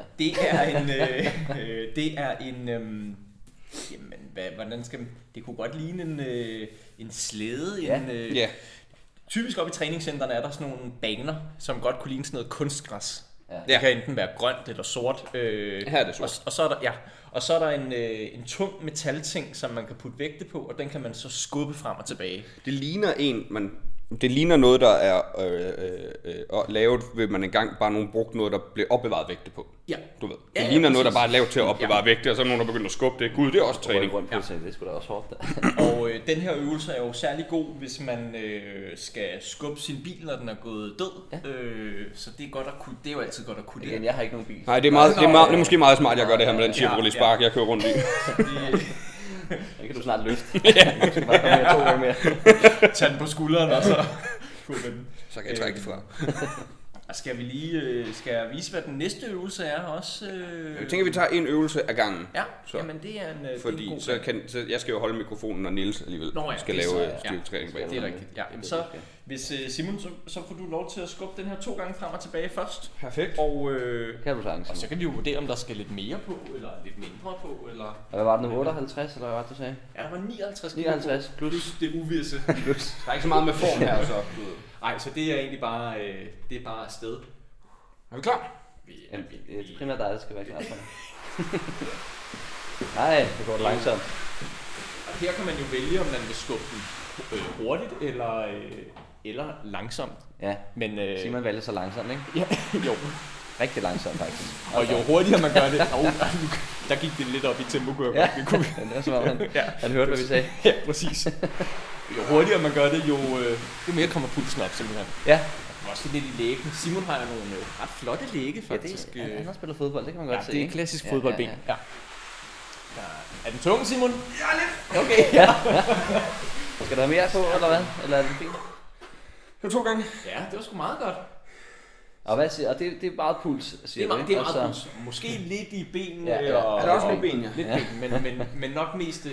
Det er en... Jamen, hvordan skal man... Det kunne godt ligne en slæde. Ja. Typisk op i træningscenterne er der sådan nogle baner, som godt kunne ligne sådan noget kunstgræs. Ja. Det kan enten være grønt eller sort. Her er det sort. Og så er der en tung metalting, som man kan putte vægte på, og den kan man så skubbe frem og tilbage. Det ligner noget, der er lavet, ved man engang bare nogen brugt noget, der blev opbevaret vægte på. Ja. Du ved. Det ligner noget, der bare er lavet til at opbevare vægte, og så er nogen, der begynder at skubbe det. Gud, det er også træning. Ja. Det er sgu da også hårdt der. Og den her øvelse er jo særlig god, hvis man skal skubbe sin bil, når den er gået død. Ja. Så det er godt at kunne. Det er jo altid godt at kunne det. Igen, jeg har ikke nogen bil. Nej, det er måske meget smart, jeg gør det her med den Chevrolet Spark, jeg kører rundt i. Det kan du snart løfte. Du skal bare komme her 2 gange mere. Tag den på skulderen, og så... Så kan jeg trække det fra. Skal jeg vise, hvad den næste øvelse er også? Jeg tænker, vi tager en øvelse ad gangen. Ja, så. Jamen det er en fordi så jeg skal jo holde mikrofonen, og Niels alligevel skal lave styrketræning bag. Det er rigtigt. Ja, jamen så Hvis Simon, så får du lov til at skubbe den her 2 gange frem og tilbage først. Perfekt. Og, Kan du sagtens. og så kan vi jo vurdere, om der skal lidt mere på, eller lidt mindre på, eller... Og hvad var det nu, 58, eller hvad var det, du sagde? Ja, der var 59 59 plus. det uvisse. Der er ikke så meget med form her, så. Nej, så det er egentlig bare, det er bare afsted. Er vi klar? Det er primært dig, der skal være klar for mig. Nej, det går langsomt. Og her kan man jo vælge, om man vil skubbe den hurtigt eller langsomt. Ja, Men Simon valgte så langsomt, ikke? ja, jo. Rigtig langsomt, faktisk. Og jo hurtigere man gør det, der gik det lidt op i tempo, kunne jeg Ja, godt. det var som om han hørte, hvad vi sagde. Ja, præcis. Jo hurtigere man gør det, jo mere kommer pulsen op, simpelthen. Ja. Også lidt i lægen. Simon har jo nogle ret flotte læge, faktisk. Ja, han har spillet fodbold, det kan man godt se. det er ikke? klassisk fodboldben. Ja. Er den tung, Simon? Ja, lidt. Okay, ja. Skal der have mere på, eller hvad? Eller er det fint? Det var 2 gange. Ja, det var sgu meget godt. Og hvad siger? Og det er meget puls, siger du, ikke? Det er meget Altså, puls. Måske lidt i benene. Ja, ja. Og, Er der også lidt ben, ja? Lidt ben, men nok mest...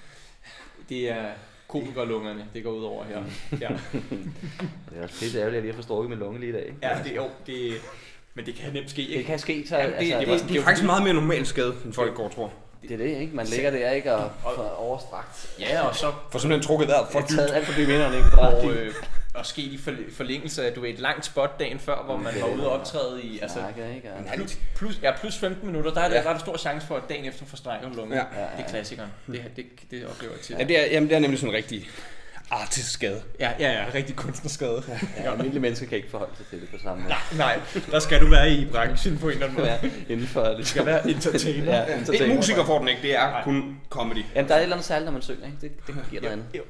det er komikerlungerne, det går ud over her. Ja, det er også pisse ærgerligt, at jeg lige har forstrukket min lunge lige i dag. ja men det kan nemt ske, ikke? Det kan ske, så... Jamen, Det er faktisk meget mere normal skade, end folk går tror. Det er det, ikke? Man ligger der, ikke? Og får overstrakt. Ja, og så For simpelthen trukket vejret for Jeg har taget alt for dyb indånd, ikke? og sket i forlængelse af, du ved, et langt spot dagen før, hvor man var ude og optræde i, altså, ikke? plus 15 minutter, der er der ret stor chance for, at dagen efter forstrækker lungen. Ja. Det er klassikeren. Det oplever jeg til. Ja, det er nemlig sådan en rigtig artisk skade. Ja, rigtig kunstnerskade. Ja, almindelige mennesker kan ikke forholde sig til det på samme måde. Nej, der skal du være i branchen på en eller anden måde. Ja, inden for det. Du skal være entertainer. Ja, Ikke musiker får den ikke, det er kun comedy. Jamen, der er et eller andet særligt, når man synger, ikke? Det giver noget andet. Jo.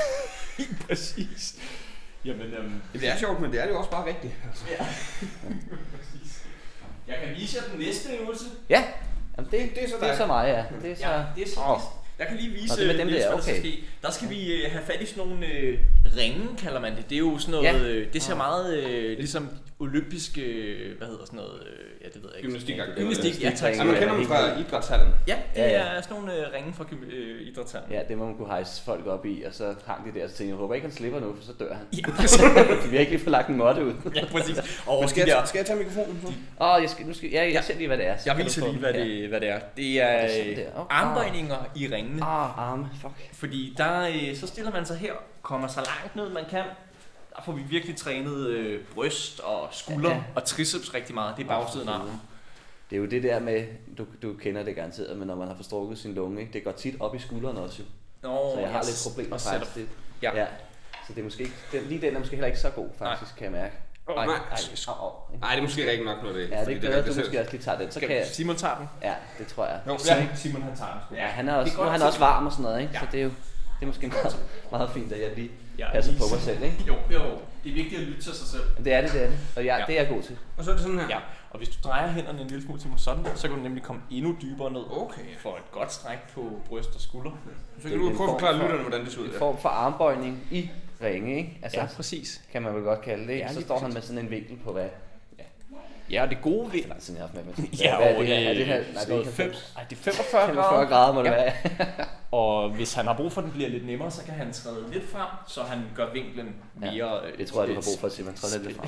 Præcis. Jamen, Det er sjovt, men det er jo også bare rigtigt. Altså. ja. Præcis. Jeg kan vise jer den næste øvelse. Ja, jamen det er dig. så mig, ja. Det er så... Ja, det er så. Jeg kan lige vise, Nå, det er med dem, Niels, der, hvad skal okay. ske. Der skal vi have fat i sådan nogle ringe, kalder man det. Det er jo sådan noget, det ser meget ligesom olympisk, hvad hedder sådan noget, ja det ved jeg ikke. Gymnastik, ja tak. Ja, man kender dem fra idrætshallen. Ja, det Ja. er sådan nogle ringe fra idrætshallen. Ja, det må man kunne hejse folk op i, og så hang de der, så tænkte jeg, håber ikke han slipper nu, for så dør han. Ja, præcis. Vi har ikke lige fået lagt en måtte ud. Ja, præcis. Og Skal jeg tage mikrofonen så? Jeg ser lige, hvad det er. jeg viser lige, hvad det er. Det er sådan der. Okay. armbøjninger i ringene. Arme, fuck. Fordi der, så stiller man sig her, kommer så langt ned man kan. Der får vi virkelig trænet bryst og skulder og triceps rigtig meget. Det er bagsiden af armen. Det er jo det der med, du kender det garanteret, men når man har forstrukket sin lunge, ikke? Det går tit op i skulderen også jo. Så jeg har lidt problemer faktisk. Ja. Så det er måske ikke, lige den er måske heller ikke så god faktisk, kan jeg mærke. Nej, det er måske rigtig nok noget det. Ja, det gør, at du måske også lige tager den. Så kan jeg... Simon tager den. Ja, det tror jeg. Jo, Simon han tager den. Ja, han er også, nu er han også varm og sådan noget, ikke? Så det er jo det er måske meget, meget fint, at jeg lige passer på mig selv, ikke? Jo, det er vigtigt at lytte til sig selv. Det er det. Og det er jeg god til. Og så er det sådan her. Ja, og hvis du drejer hænderne en lille smule, Simon, sådan der, så kan du nemlig komme endnu dybere ned. Okay. For et godt stræk på bryst og skulder. Så kan du prøve at forklare lytterne, hvordan det ser ud. En form for armbøjning i ringe, ikke? Altså, Ja, præcis. kan man vel godt kalde det, ikke? Ja, Så lige står han præcis. med sådan en vinkel på hvad? Ja, og det gode ved... Det er lang tid, jeg har haft med. Ja, Hvad er og det her? Er det her? Nej, det er ikke 90. Ej, det er 45 45 grader må det være. Og hvis han har brug for, at den bliver lidt nemmere, så kan han træde lidt frem, så han gør vinklen mere... Det tror jeg, du har brug for at sige, man træder lidt frem.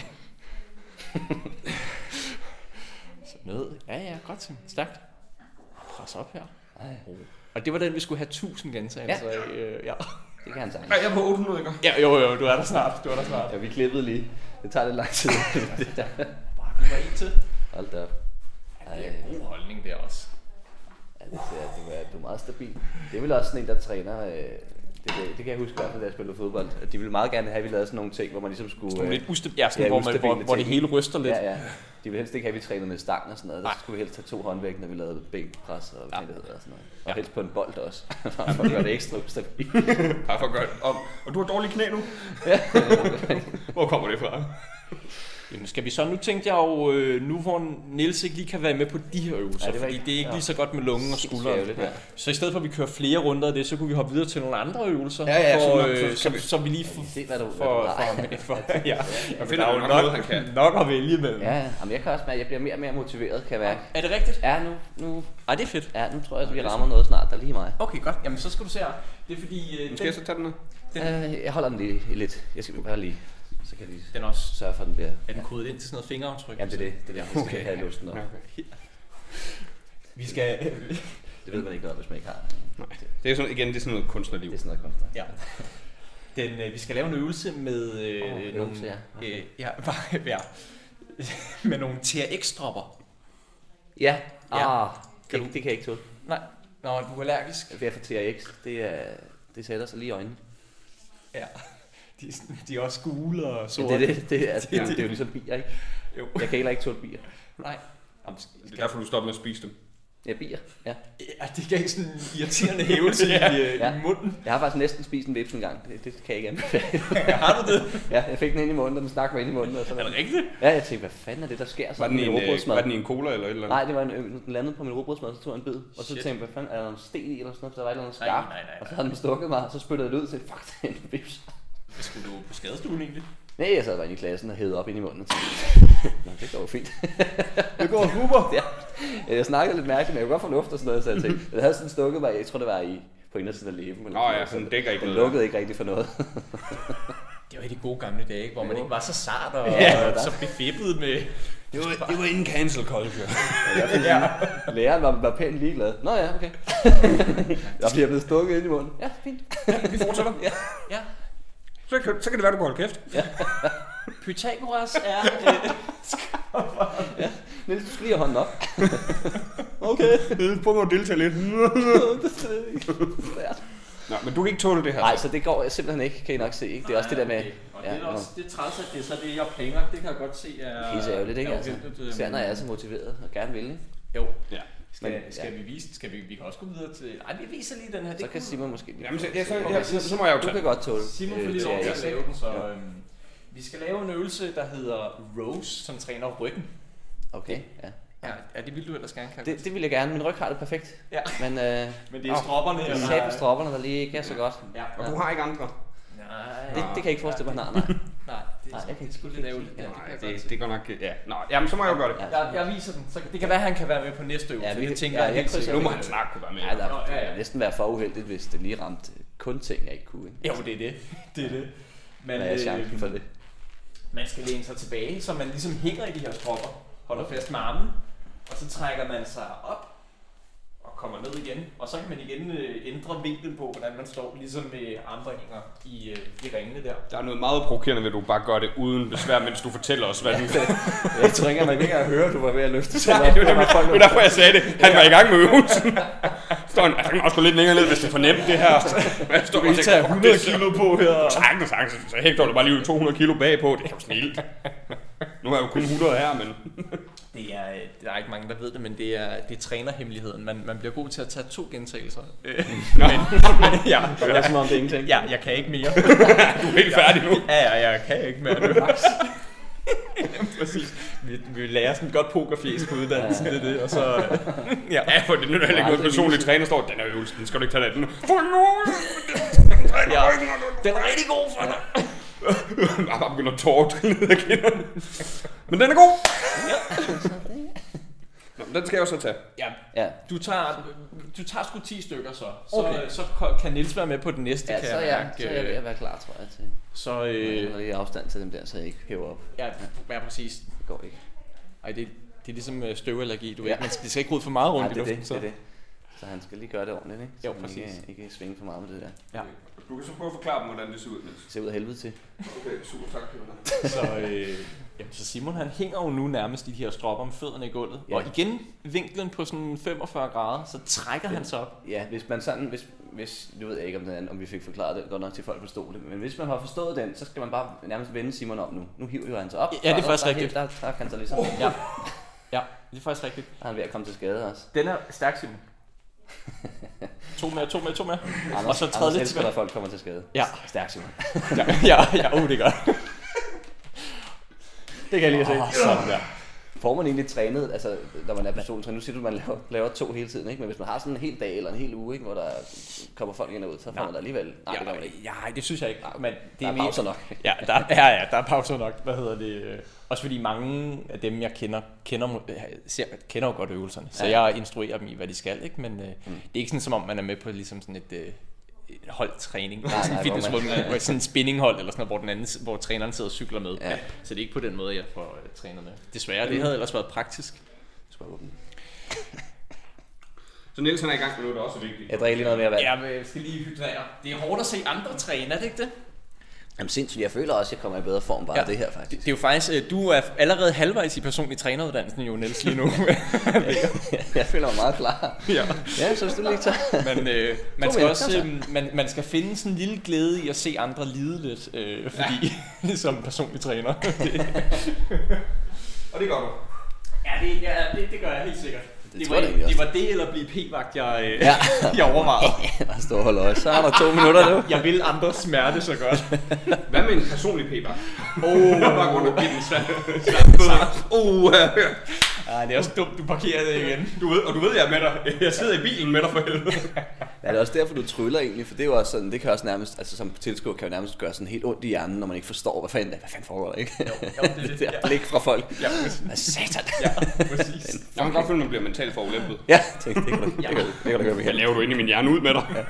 Så ned. Ja, godt Simon. Stærkt. Pres op her. Ej. Og det var den, vi skulle have 1000 gentagelser af. Ja. Det kan han sagtens. Nej, jeg er på 800, ikke? Ja, jo, du er der snart. Ja, vi klippede lige. Det tager lidt lang tid. Bare vi var en til. Hold da op. Det er en god holdning der også. Ja, du er meget stabil. Det er vel også sådan en, der træner... Det kan jeg huske godt, da jeg spillede fodbold. At de ville meget gerne have, at vi lavede sådan nogle ting, hvor man ligesom skulle... Sådan lidt hvor det hele ryster lidt. Ja. De ville helst ikke have, at vi trænede med stang og sådan noget. Der skulle vi helst have 2 håndvægt, når vi lavede bænkpres og hvad det hedder og sådan noget. Og helst på en bold også. For at gøre det ekstra stabilt. Bare for godt. Og du har dårlige knæ nu? Hvor kommer det fra? Jamen skal vi så, nu tænkte jeg jo, nu hvor Niels ikke lige kan være med på de her øvelser, fordi det er ikke lige så godt med lungen og skulderen. Så i stedet for at vi kører flere runder af det, så kunne vi hoppe videre til nogle andre øvelser, så vi lige Jeg finder jo nok, han kan. Nok at vælge med. Ja, men jeg kan også mærke, at jeg bliver mere og mere motiveret, kan jeg mærke. Er det rigtigt? Ja, nu. Ej, det er fedt. Ja, nu tror jeg, at vi rammer noget snart, der er lige mig. Okay, godt. Jamen så skal du se her. Det er fordi... Skal jeg så tage den her? Jeg holder den lige lidt. Jeg skal bare lige... Så kan vi den også sørge for, at den bliver... Er den kodet ind til sådan noget fingeraftryk? Jamen det er det. Det er det, vi skal have låst den op. Okay. Vi skal... Det ved man ikke noget, hvis man ikke har. Nej. Det er sådan, igen, det er sådan noget kunstnerliv. Det er sådan noget kunstner. Ja. Vi skal lave en øvelse med nogle... med nogle TRX-dropper. Ja. Det kan jeg ikke tåle. Nej. Nå, du er allergisk. Det er for TRX. Det sætter sig lige i øjnene. Ja. De er også gule og sorte. Ja, det er jo ligesom bier, ikke? Jo. Jeg kan heller ikke tåle bier. Nej. Det er derfor, du stopper med at spise dem. Ja, bier. Ja, det gav sådan en irriterende hævelse i munden. Jeg har faktisk næsten spist en vips en gang. Det kan jeg ikke anbefale. Har du det? Ja, jeg fik den ind i munden, og den stak mig ind i munden. Og så er det rigtigt? Ja, jeg tænkte, hvad fanden er det, der sker? Var den i en cola eller et eller andet? Nej, det var den landede på min rugbrødsmad, så tog jeg en bid. Og så tænkte jeg, hvad fanden, er der en sten i eller sådan noget? Der var et eller andet skarpt. Og så havde den stukket mig, og så spyttede jeg det ud til, fuck, det er en vips. Skulle du på skadestuen egentlig? Nej, jeg sad bare inde i klassen og hævede op ind i munden og tænkte, nå, det går fint. Det går super. Ja, jeg snakkede lidt mærkeligt, men jeg kunne godt få luft og sådan noget, så jeg tænkte, det havde sådan stukket mig, jeg tror det var på indersiden af læben. Så den dækker ikke noget. Den lukkede ikke rigtig for noget. Det var i de gode gamle dage, hvor man ikke var så sart og så befippet med... Det var inden cancel culture. Læreren var pænt ligeglad. Nå ja, okay. Jeg bliver blevet stukket ind i munden. Ja, fint. Ja, vi fortsætter. Ja. Så kan det være, du går holde kæft. Ja. Pythagoras er... Ja, Niels, du skal lige have hånden op. Okay. Prøv at deltage lidt. Nå, men du kan ikke tåle det her. Nej, så det går simpelthen ikke, kan I nok se. Ikke? Det er også det der med... Og det er også det træls, at det er så det, jeg planer. Det kan jeg godt se er... Helt ærgerligt, ikke? Altså. Især når jeg er så motiveret og gerne vil, ikke? Jo. Ja. Skal vi vise? Vi kan også gå videre til... Nej, vi viser lige den her. Så kan Simon måske... Jamen, så må jeg jo tage. Du kan godt tåle. Simon får lige lov til at lave den, så... Vi skal lave en øvelse, der hedder Rose, som træner ryggen. Okay, ja. Ja, det vil du ellers gerne. Det vil jeg gerne. Min ryg har det perfekt. Ja. Men det er stropperne. Det er stropperne, der lige ikke er så godt. Ja. Og du har ikke andre? Nej. Det kan jeg ikke forestille mig, nej. Nej, jeg kan ikke spille lidt ærgerligt. Det går nok... Ja. Nå, jamen så må jeg jo gøre det. Jeg viser den. Så det kan være, at han kan være med på næste øvelse. Ja, det tænker jeg helt sikkert. Nu må han snart kunne være med. Ja, det næsten være for uheldigt, hvis det lige ramte kun ting, jeg ikke kunne. Jo, det er det. Det er det. Men hvad er chancen for det? Man skal læne sig tilbage, så man ligesom hænger i de her stropper. Holder fast med armen. Og så trækker man sig op og kommer ned igen. Og så kan man igen ændre vinklen på, hvordan man står, ligesom med armbøjninger i ringene der. Der er noget meget provokerende ved, at du bare gør det uden besvær, mens du fortæller os, hvad du... Jeg tror ikke, man ikke engang høre, at du var ved at løfte sig. Nej, det var derfor, jeg sagde det. Han var i gang med øvelsen. Jeg kan også gå lidt længere ned, hvis det er for nemt, det her. Du kan ikke tage 100 kilo på her. Sagtens. Så hægter du bare lige 200 kilo bagpå. Det er jo snilt. Nu er jeg jo kun 100 her, men... Det er ikke mange, der ved det, men det er trænerhemmeligheden. Man bliver god til at tage 2 gentagelser. Det er som om det er ingenting. Ja, jeg kan ikke mere. Du er helt færdig nu. Ja, jeg kan ikke mere nu. Præcis. Vi lærer sådan godt pokerfjæs på uddannelsen, det er det, og så... Ja, for det er heller ikke noget personligt træner står, den er øvelsen, den skal du ikke tage den. For ja, den er rigtig god for dig. Jeg bare begynder at tåre ned ad kinderne. Men den er god. Nå, den skal jeg også tage. Ja. Du tager sgu 10 stykker så. Så kan Niels være med på den næste. Ja, så er jeg ved at være klar, tror jeg. Til. Så jeg har lige afstand til dem der, så jeg ikke hæver op. Ja, præcis. Det går ikke. Ej, det er ligesom støvallergi, du ved. Det skal ikke rode for meget rundt i luften. Det er det. Så han skal lige gøre det ordentligt, ikke? Så jo, præcis. Ikke svinge for meget med det der. Ja. Du kan så prøve at forklare dem, hvordan det ser ud, Niels. Det ser ud af helvede til. Okay, super, tak. Så Simon han hænger jo nu nærmest i de her stropper med fødderne i gulvet. Ja. Og igen vinklen på sådan 45 grader, så trækker han sig op. Ja, hvis man sådan, hvis nu ved jeg ikke om vi fik forklaret det godt nok til folk forstod det, men hvis man har forstået den, så skal man bare nærmest vende Simon om nu. Nu hiver jo han sig op. Ja, det er faktisk rigtigt. Der kan han sig ligesom. Ja, det er faktisk rigtigt. Der er han ved at komme til skade også. Den er stærk, Simon. 2 mere. Anders, og så træde lidt tilbage. At folk kommer til skade. Ja. Stærk, Simon. Det gør. Det kan jeg lige se. Sådan der. Får man egentlig trænet, altså når man er persontræner, nu siger du, at man laver 2 hele tiden, ikke? Men hvis man har sådan en hel dag eller en hel uge, ikke, hvor der kommer folk ind og ud, så får man da alligevel... Nej, det gør man ikke. Nej, det synes jeg ikke. Men der er pauser nok. Ja, der er pauser nok. Hvad hedder det? Også fordi mange af dem, jeg kender jo godt øvelserne, så jeg instruerer dem i, hvad de skal, ikke? Men det er ikke sådan, som om man er med på ligesom sådan holdtræning. Sådan en fitnesshold, sådan en spinninghold eller sådan noget, hvor træneren sidder og cykler med. Ja. Så det er ikke på den måde, jeg får trænerne. Desværre, det havde ellers været praktisk. Så Niels han er i gang med noget, der også er vigtigt. Jeg drikker lige noget mere vand. Ja, men jeg skal lige hydrere. Det er hårdt at se andre træne, er det ikke det? Jamen sindssygt, jeg føler også, at jeg kommer i bedre form bare det her faktisk. Det er jo faktisk, du er allerede halvvejs i personlig træneruddannelsen jo, Niels, lige nu. Jeg føler mig meget klar. Ja, så hvis du lige tager. Man skal finde sådan en lille glæde i at se andre lide lidt, fordi som personlig træner. Og det gør du. Ja, det gør jeg helt sikkert. Det var det eller blive p-vagt, jeg overvejede. Bare stå og holde øje. Så er der 2 minutter nu. Jeg vil andres smerte så godt. Hvad med en personlig p-vagt? Bare rundt og give den svært. Ej, det er også dumt, du parkerer det igen. Du ved, jeg er med dig. Jeg sidder i bilen med dig for helvede. Ja, det er også derfor, du tryller egentlig, for det er jo også sådan, det kan også nærmest, altså som tilskuer kan jo nærmest gøre sådan helt ondt i hjernen, når man ikke forstår, hvad fanden foregår der, ikke? Jo, det der blik fra folk. Ja, hvad satan? Ja, præcis. Jeg kan godt føle, at man bliver mentalt forulæmpet. Ja, det kan du gøre. Hvad laver du inde i min hjerne ud med dig?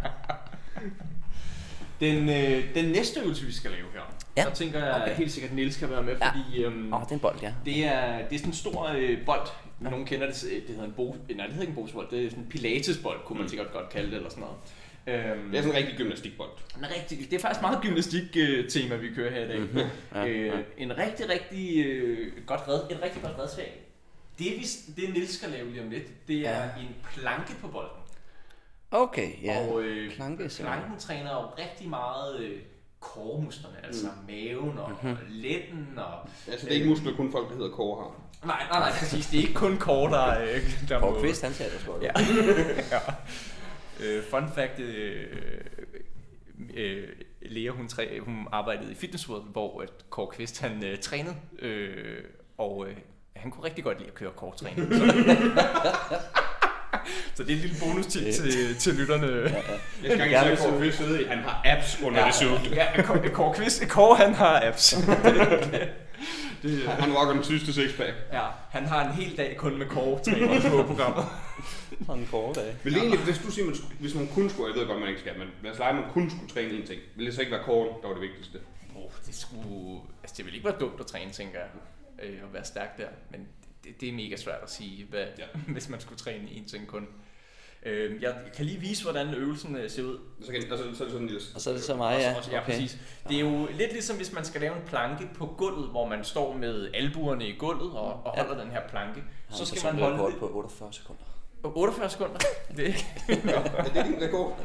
Den næste øvelse, vi skal lave her, så tænker jeg helt sikkert, at Niels kan være med, fordi det er en bold, ja. Det er sådan en stor bold. Nogen kender det, det hedder det hedder ikke en boksbold, det er sådan en pilatesbold, kunne man sikkert godt kalde det, eller sådan noget. Det er sådan en rigtig gymnastikbold. Det er faktisk meget gymnastik-tema, vi kører her i dag. En rigtig godt redskab. Det Niels skal lave lige om lidt, det er en planke på bolden. Okay, ja. Og planken træner jo rigtig meget core-musklerne, altså maven og lænden. Altså det er ikke muskler, kun folk, der hedder core har. Nej, præcis. Det er ikke kun core, der Kåre Kvist, han sagde det sgu. Ja. Fun fact, Lea, hun arbejdede i Fitness World, hvor Kåre Kvist, han trænede, og han kunne rigtig godt lide at køre core-træning. Så det er en lille bonus til lytterne. Jeg skal ikke sige, Kåre Kvist sidder i, han har abs under det suit. Ja, Kåre han har abs. Han rocker den tyste sixpack. Ja, han har en hel dag kun med Kåre-træning på programmet. Sådan en Kåre-dag. Vil det egentlig, hvis du siger, hvis man kun skulle, jeg ved godt, man ikke skal, men lad os lege, man kun skulle træne en ting, ville det så ikke være Kåre, der var det vigtigste? Det ville ikke være dumt at træne, tænker jeg, at være stærk der, men det er mega svært at sige, hvis man skulle træne en ting kun. Jeg kan lige vise, hvordan øvelsen ser ud. Så er det sådan Niels. Og så er det så mig, ja. Ja, præcis. Det er jo lidt ligesom, hvis man skal lave en planke på gulvet, hvor man står med albuerne i gulvet og holder den her planke. Så skal man holde det på 48 sekunder. 48 sekunder? Det er ikke. Er det din rekord?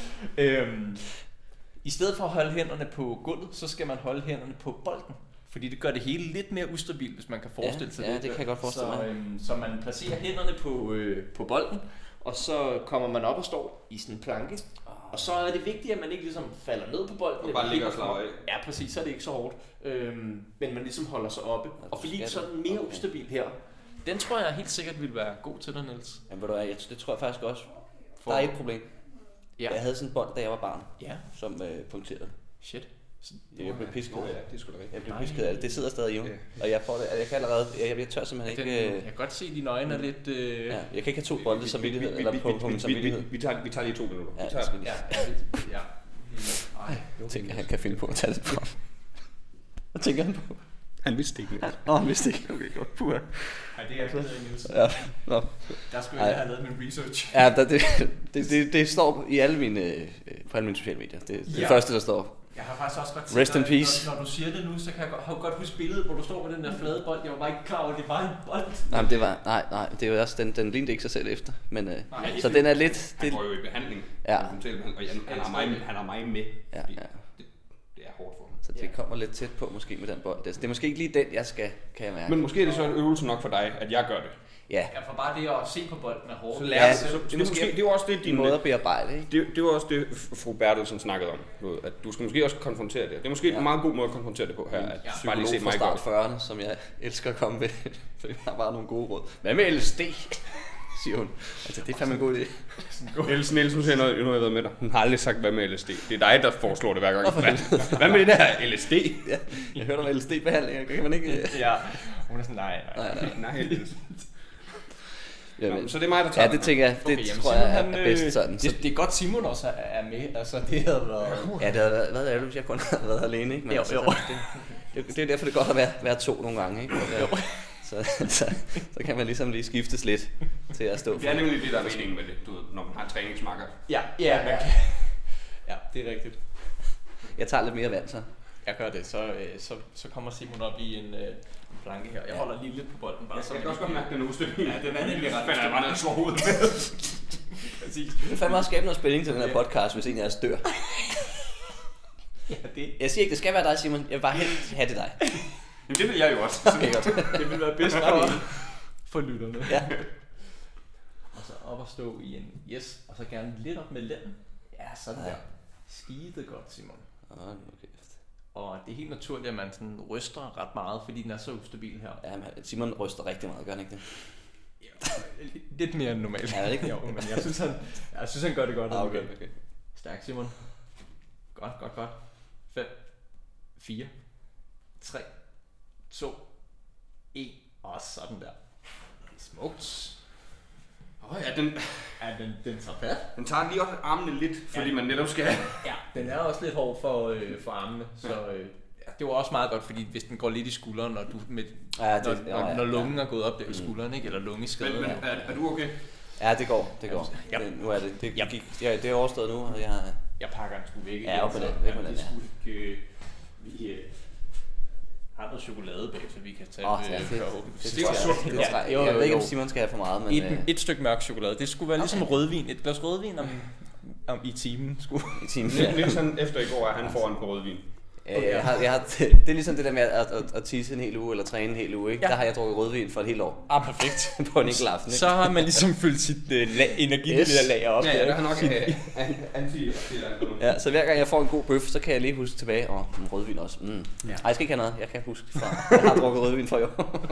I stedet for at holde hænderne på gulvet, så skal man holde hænderne på bolden. Fordi det gør det hele lidt mere ustabilt, hvis man kan forestille sig det. Ja, det kan jeg godt forestille mig. Så man placerer hænderne på bolden, og så kommer man op og står i sådan en planke. Og så er det vigtigt, at man ikke ligesom falder ned på bolden. Og bare ligger og slår af. Ja, præcis, så er det ikke så hårdt. Men man ligesom holder sig oppe. Og fordi så er den mere ustabil her. Den tror jeg helt sikkert ville være god til dig, Niels. Jamen ved du hvad, det tror jeg faktisk også. Der er et problem. Ja. Jeg havde sådan en bold, da jeg var barn, som punkterede. Shit. Jeg blev pisket. Ja, det skulle da rigtigt. Jeg blev pisket af det. Det sidder stadig hjemme. Og jeg får det. Jeg kan allerede. Jeg tør simpelthen ikke. Jeg kan godt se, at dine øjne er lidt. Ja, jeg kan ikke have 2 bolde samvittighed eller på min samvittighed. Vi tager lige 2 minutter. Ja. Jeg tænker, han kan finde på at tage det på. Hvad tænker han på? Han vidste ikke. Han vidste ikke. Okay, godt. Puha. Nej, det er altså Niels. Ja. Nå. Der skulle jeg have lavet min research. Ja, det står i alle mine på alle mine sociale medier. Det er det første, der står. Jeg har faktisk også godt Rest in peace. Når du siger det nu, så kan jeg godt huske billedet, hvor du står med den der flade bold. Jeg var bare ikke klar over, at det var en bold. Nej, det er jo også den lignede ikke sig selv efter, men så den er lidt. Han går jo i behandling. Ja. Og han har mig med. Ja. Det er hårdt for ham. Så det kommer lidt tæt på måske med den bold. Det er måske ikke lige den, jeg skal, kan jeg mærke. Men måske er det så en øvelse nok for dig, at jeg gør det. Ja. For bare det at se på bolden er hårdt. Det er også det din måde at bearbejde, ikke? Det var også det fru Bertelsen snakkede om, at du skal måske også konfrontere det. Det er måske en meget god måde at konfrontere det på her. At bare lige se mig start 40'erne, som jeg elsker at komme ved. For jeg har bare nogle gode råd. Hvad med LSD? Siger hun. Altså det er fandme en god idé. Nielsen siger noget, jeg har været med dig. Hun har aldrig sagt, hvad med LSD. Det er dig, der foreslår det hver gang. Hvad med det der LSD? Ja, jeg hørte om LSD-behandlinger. Kan man ikke? Ja, hun er sådan, nej. Nå, så det er mig, der tager det tænker jeg. Det Okay, tror Simon, jeg han, er bedst sådan. Det er godt, Simon også er med. Altså, det havde været... Ja, det havde været, hvad er det, hvis jeg kun havde været alene, ikke? Men Jo, altså, jo. det er derfor, det er godt at være to nogle gange, ikke? Så kan man ligesom lige skiftes lidt til at stå for. Det er nemlig det, der er meningen med det, du ved, når man har en træningsmakker. Ja, det er rigtigt. Jeg tager lidt mere vand, så. Jeg gør det, så kommer Simon op i en planke her. Jeg holder lige lidt på bolden bare. Jeg kan også godt mærke, at den er ustabil. Ja, den er nemlig ret. Jeg bare ned og slår hovedet med. Præcis. Det er fandme også skabe noget spænding til den her podcast, hvis en af os dør. Ja, det. Jeg siger ikke, det skal være dig, Simon. Jeg vil bare helst have det dig. Jamen, det vil jeg jo også. Okay, godt. Det vil være bedst for lytterne. Ja. Og så op og stå i en yes, og så gerne lidt op med lænden. Ja, sådan der. Skide godt, Simon. Okay. Og det er helt naturligt, at man sådan ryster ret meget, fordi den er så ustabil her. Ja, men Simon ryster rigtig meget, gør han ikke det? Lidt mere end normalt. Ja, det ikke? Jo, men jeg synes, han gør det godt. Okay. Stærk, Simon. Godt. 5, 4, 3, 2, 1, og sådan der. Smukt. Den tager fat. Den tager lige også armene lidt, fordi man netop skal... Ja, den er også lidt hård for armene, så det var også meget godt, fordi hvis den går lidt i skulderen, når du når lungen er gået op der i skulderen, ikke, eller lungeskade. Men er du okay? Ja, det går. Ja. Nu er det. Det er overstået nu, og jeg pakker den sgu væk igen. Ja, op med den. Vi har noget chokolade bag, så vi kan tage det er sundt. Jeg ved ikke, om Simon skal have for meget, men... Et stykke mørk chokolade. Det skulle være ligesom rødvin. Et glas rødvin i timen. Lidt sådan efter i går, er han foran på rødvin. Det er ligesom det der med at tisse en hel uge, eller træne en hel uge, ikke? Ja. Der har jeg drukket rødvin for et helt år. Perfekt. På en enkelt aften, ikke? Så har man ligesom fyldt sit energilager op. Ja, der har nok anti. Ja, så hver gang jeg får en god bøf, så kan jeg lige huske tilbage. Rødvin også. Ja. Ej, jeg skal ikke have noget. Jeg kan huske fra. Jeg har drukket rødvin for i år.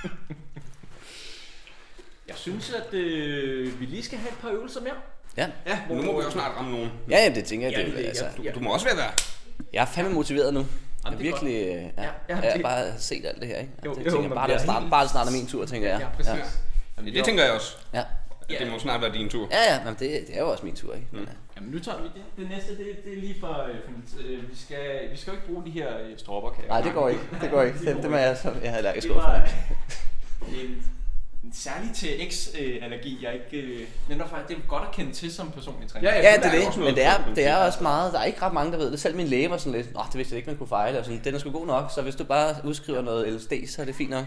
Jeg synes, at vi lige skal have et par øvelser mere. Ja, nu må vi jo snart ramme nogen. Ja, det tænker jeg. Du må også være der. Jeg er fandme motiveret nu. Jeg virkelig jeg har bare set alt det her, ikke? Jeg tænker bare, det snart er min tur, tænker jeg. Ja, præcis. Ja. Det tænker jeg også. Ja. Det må snart være din tur. Ja, men det er jo også min tur, ikke? Jamen nu tager vi det næste, det er lige for vi skal jo ikke bruge de her stropper, kan jeg. Nej, det går ikke. Dem er jeg er allergisk overfor. En særlig TX-allergi, jeg ikke... det er godt at kende til som personlig træner. Ja, det er det. Men det er også meget... Der er ikke ret mange, der ved det. Selv min læge var sådan lidt... det vidste jeg ikke, man kunne fejle. Og sådan, den er sgu god nok, så hvis du bare udskriver noget LSD, så er det fint nok.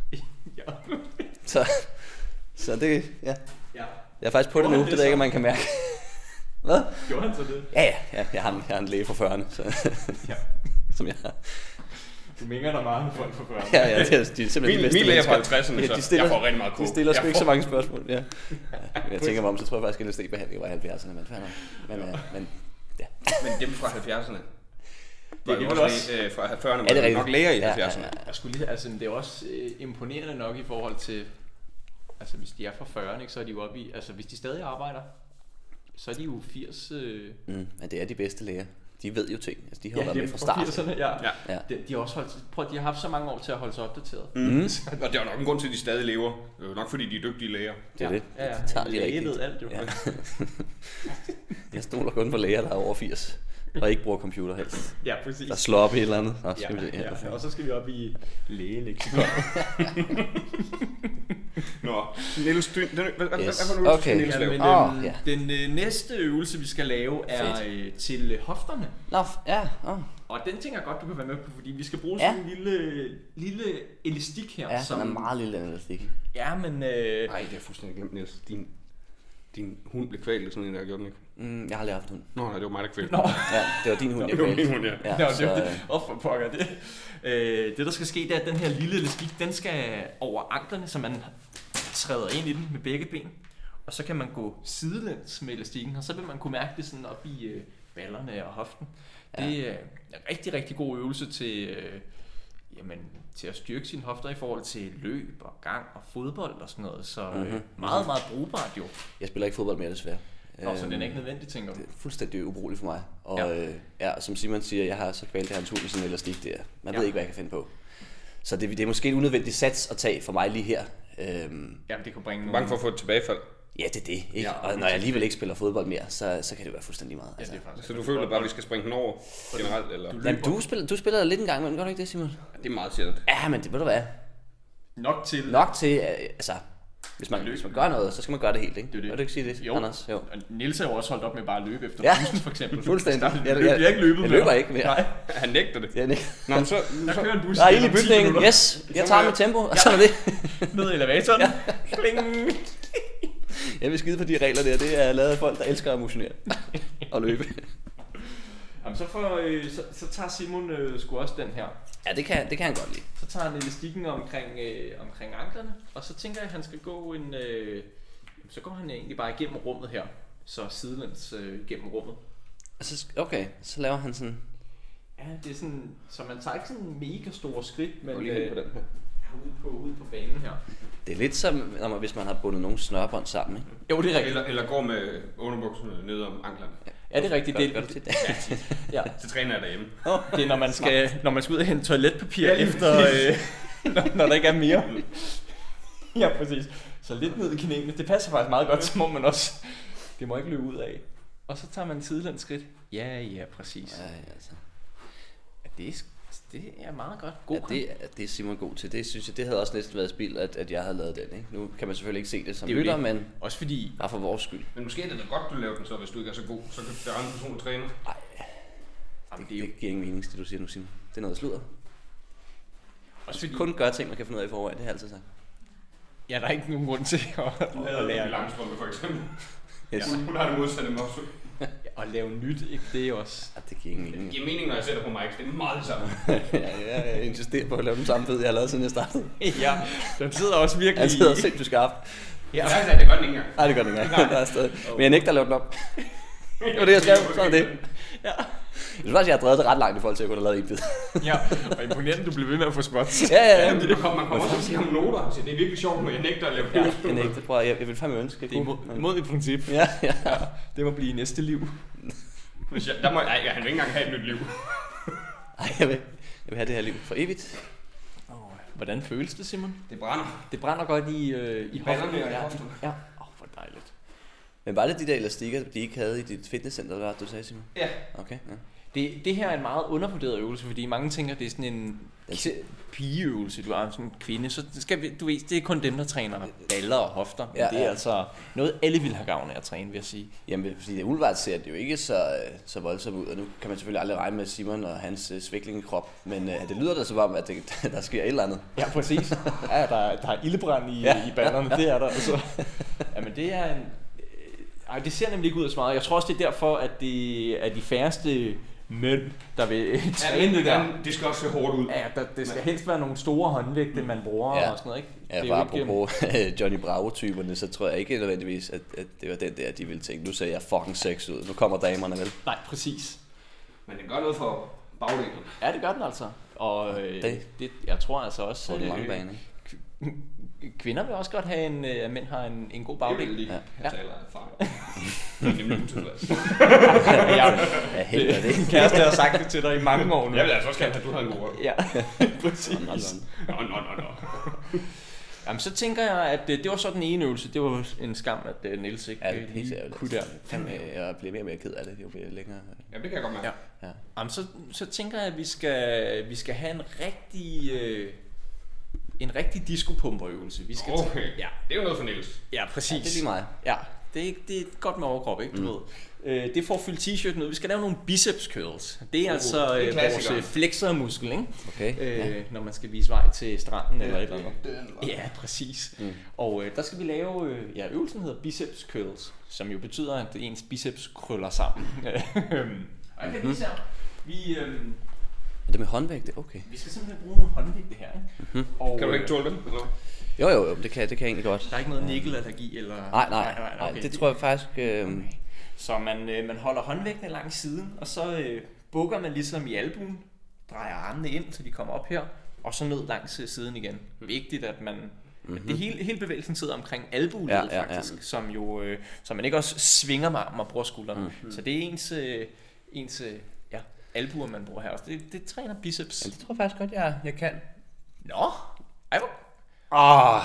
Ja. Så det... Ja. Jeg er faktisk på det nu, det ved jeg ikke, om man kan mærke. Hvad? Gjorde han så det? Ja. Jeg har en læge fra 40'erne, så... som jeg har... Du minger dig meget med folk fra 40'erne. Ja, de er simpelthen de bedste. Min læger fra 50'erne, så jeg får rigtig meget kog. De stiller sgu ikke så mange spørgsmål, ja. Jeg tænker mig om, så tror jeg faktisk, at LSD-behandling var 70'erne, men ja. Men dem fra 70'erne? Det er vel også fra 40'erne, var nok læger i 70'erne. Jeg skulle lige, altså, det er også imponerende nok i forhold til, altså hvis de er fra 40'erne, ikke, så er de jo oppe i, altså hvis de stadig arbejder, så er de jo 80... Men det er de bedste læger. De ved jo ting. Altså, de har været med fra start. Ja. De har også de har haft så mange år til at holde sig opdateret. Og det er nok en grund til, at de stadig lever. Det er jo nok fordi, de er dygtige læger. Det er det. Ja. De tager de rigtigt. Ved alt jo. Ja. Jeg stoler kun på læger, der er over 80. Og ikke bruger computer helst. Ja, præcis. Der slår op i et eller andet. Og så skal vi op i lægeleksikon. Nå, Niels, hvad var Niels lave? Den næste øvelse, vi skal lave, er til hofterne. Og den tænker jeg godt, du kan være med på, fordi vi skal bruge sådan en lille elastik her. Ja, som er meget lille elastik. Ja, men... Nej, det har jeg fuldstændig glemt, Niels. Din hund blev kvalt, sådan en der, gjorde den ikke? Jeg har aldrig haft hund. Nå, nej, det var mig, der kvælte. Ja, det var din hund, jeg kvælte. Det var min hund, ja. For pokker det. Det, der skal ske, det er, at den her lille elastik, den skal over anklerne, så man træder ind i den med begge ben. Og så kan man gå sidelæns med elastikken, og så vil man kunne mærke det sådan op i ballerne og hoften. Ja. Det er en rigtig, rigtig god øvelse til... til at styrke sine hofter i forhold til løb og gang og fodbold og sådan noget. Så meget, meget brugbart jo. Jeg spiller ikke fodbold mere, desværre. Så den er ikke nødvendig, tænker du? Det er fuldstændig ubrugeligt for mig. Og som Simon siger, jeg har så kvalt hans hund med sådan en elastik der. Man ved ikke, hvad jeg kan finde på. Så det er måske en unødvendig sats at tage for mig lige her. Jamen, det kan bringe Bange for at få et tilbagefald. Ja, det er det, ikke? Ja, og når jeg alligevel ikke spiller fodbold mere, så kan det være fuldstændig meget. Ja, det er faktisk. Så du føler bare, at vi skal springe den over generelt? Eller? Jamen, du spiller lidt en gang, men gør du ikke det, Simon? Det er meget sjældent. Ja, men det ved du hvad? Nok til, altså, hvis man gør noget, så skal man gøre det helt, ikke? Det er det. Vil du ikke sige det, jo. Anders? Jo. Og Niels har jo også holdt op med bare at løbe efter bussen, for eksempel. Fuldstændig. Jeg har ikke løbet jeg løber ikke mere. Nej. Han nægter det. Jeg nægter. Nå, men så Der kører en bus. Der er ild i bygningen. Yes, jeg tager mit tempo, og sådan er det. Ned i elevatoren. Kling. Jeg vil skide på de regler der. Det er lavet af folk, der elsker at motionere og løbe. Jamen, så tager Simon sgu også den her. Ja, det kan han godt lide. Så tager han elastikken omkring anklerne, og så tænker jeg, at han skal gå så går han egentlig bare igennem rummet her. Så sidelæns gennem rummet. Okay, så laver han sådan... Ja, det er sådan, så man tager ikke sådan mega store skridt, men lige på den her. ude på banen her. Det er lidt som, hvis man har bundet nogle snørebånd sammen, ikke? Jo, det er rigtigt. Eller går med underbukserne ned om anklerne. Ja, det er rigtigt. Gør du til det? Ja. Det træner jeg derhjemme. Det er, når man skal ud og hente toiletpapir efter, når der ikke er mere. Ja, præcis. Så lidt ned i knæene. Det passer faktisk meget godt, så må man også... Det må ikke løbe ud af. Og så tager man sidelæns skridt. Ja, præcis. Ja, altså. Det er meget godt. Det er Simon god til. Det synes jeg, det havde også næsten været spild, at jeg havde lavet den, ikke? Nu kan man selvfølgelig ikke se det som lytter, men også fordi... bare for vores skyld. Men måske er det da godt, du laver den så, hvis du ikke er så god. Så kan der er en person, der træner. Nej, det giver ingen mening, det du siger nu, Simon. Det er noget sludder. Også fordi... Kun gøre ting, man kan finde ud af i forvejen, det har jeg altid sagt. Ja, der er ikke nogen grund til at lære. Langstrømpe for eksempel. Yes. Ja, hun har det modsatte med også. At lave nyt, ikke? Det er også... Ja, det giver ingen mening. Det giver mening, når jeg sætter på Mike. Det er meget det samme. Jeg insisterer på at lave den samme fed, jeg har lavet, siden jeg startede. Ja, den sidder også virkelig... Han sidder sindssygt skarpt. Ja, det gør den ikke engang. Nej, det gør den ikke engang. Der er stadig. Men jeg nægter at lave den op. Det var det, jeg skrev. Sådan er det. Ja. Jeg synes faktisk, jeg har drevet det ret langt i forhold til at kunne have lavet en bid. Ja, og imponerende, du blev ved med at få spots. Ja. Man kommer også til at sige ham noter. Så det er virkelig sjovt, når jeg nægter at lave det. Ja, jeg nægter. Prøv jeg vil fandme ønske. Det er imod i princip. Ja. Det må blive næste liv. Han vil ikke engang have et nyt liv. Ej, jeg vil have det her liv for evigt. Hvordan føles det, Simon? Det brænder. Det brænder godt i ballerne og i hoften. Ja. Hvor dejligt. Men var det de der elastikker, de ikke havde i dit fitnesscenter, eller hvad du sagde, Simon? Ja. Okay, ja. Det her er en meget undervurderet øvelse, fordi mange tænker, det er sådan en pigeøvelse. Du er sådan en kvinde, så du ved, det er kun dem, der træner baller og hofter. Men det er altså noget, alle vil have gavn af at træne, vil jeg sige. Jamen, fordi umiddelbart ser det jo ikke så voldsomt ud, og nu kan man selvfølgelig aldrig regne med Simon og hans svæklingekrop, men det lyder da som om, at der sker et eller andet. Ja, præcis. Ja, der er ildebrand i ballerne, det er der. Altså. Jamen, det er en... det ser nemlig ikke ud af så meget. Jeg tror også, det er derfor, at det er de færreste mænd, der vil træne det der. Det skal også se hårdt ud. Ja, det skal helst være nogle store håndvægte, man bruger og sådan noget, ikke? Ja, det bare apropos Johnny Bravo-typerne, så tror jeg ikke nødvendigvis, at det var den der, de ville tænke, nu ser jeg fucking sex ud, nu kommer damerne vel. Nej, præcis. Men det gør noget for bagdelen. Ja, det gør den altså. Og jeg tror altså også... På den lange bane, ikke? Kvinder vil også godt have, at mænd har en god bagdel. Jeg taler erfaring. Det er nemlig utilfreds. Ja, helt af det. En kæreste har sagt det til dig i mange år nu. Jeg vil altså også gerne have, at du har en god Ja, præcis. Nå. Jamen, så tænker jeg, at det var så den ene øvelse. Det var en skam, at Niels ikke kunne der. Jeg bliver mere og mere ked af det. Det bliver længere. Ja, det kan jeg godt mærke. Ja. Jamen, så tænker jeg, at vi skal have en rigtig disco-pumperøvelse. Vi skal okay. Ja, det er jo noget for Niels. Ja, præcis. Ja, det er lige mig. Ja, det er godt med overkrop, ikke? Du ved. Det får at fylde t-shirten ud. Vi skal lave nogle biceps curls. Det er altså vores flexormuskel, ikke? Okay. Når man skal vise vej til stranden eller et eller andet. Ja, præcis. Og der skal vi lave, øvelsen hedder biceps curls, som jo betyder, at ens biceps krøller sammen. Og kan vise her. Er det med håndvægte? Okay. Vi skal simpelthen bruge nogle håndvægte her, ikke? Og, kan du ikke tåle dem? Eller? Jo, det kan jeg egentlig godt. Der er ikke noget nikkelallergi eller... Nej, okay. Det tror jeg faktisk... Så man holder håndvægtene langs siden, og så bukker man ligesom i albuen, drejer armene ind, så de kommer op her, og så ned langs siden igen. Vigtigt, at man... Det hele bevægelsen sidder omkring albueledet faktisk, som jo så man ikke også svinger med armen og bruger skuldrene. Så det er ens albuer, man bruger her også. Det træner biceps. Ja, det tror jeg faktisk godt, jeg kan. Nå! Ej,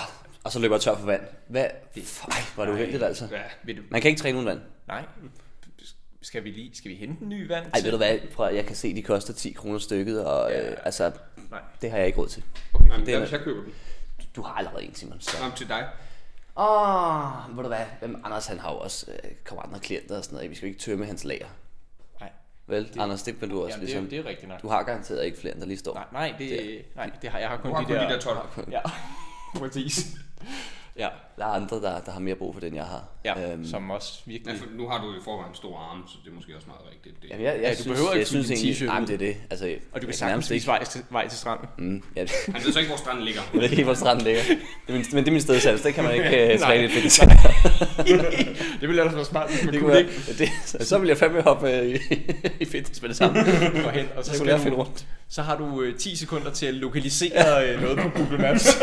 Og så løber jeg tør for vand. Hvad? Var det uheldigt altså. Ja. Man kan ikke træne uden vand. Nej. Skal vi hente en ny vand? Ej, ved du hvad? Jeg kan se, de koster 10 kroner stykket, og altså, det har jeg ikke råd til. Okay. Jamen, det er, hvis jeg køber den. Du har allerede en, Simon. Så. Jamen, til dig. Ved du hvad? Anders, han har jo også kommer andre klienter og sådan noget. Vi skal jo ikke tømme hans lager. Nej. Vel, Anders, det vil du også jamen, ligesom. det er rigtigt nok. Du har garanteret ikke flere, der lige står. Nej, det har jeg. Har kun de der 12. Ja, præcis. Ja. Der er andre, der har mere brug for den, jeg har. Ja, som også virkelig... Ja, nu har du i forvejen store arme, så det er måske også meget rigtigt. Det. Jamen, du behøver ikke synes en egentlig, t-shirt. det er det. Altså, og du kan sagtens vise vej til stranden. Ja. Han ved så ikke, hvor stranden ligger. Jeg ved ikke, hvor stranden ligger. Men det er min stedsals, det kan man ikke træne et fitness. Det ville ellers være smart, hvis man det kunne ikke. Så vil jeg fandme hoppe i fitness med det samme. Gå hen, og så, skal du, rundt. Så har du 10 sekunder til at lokalisere noget på Google Maps.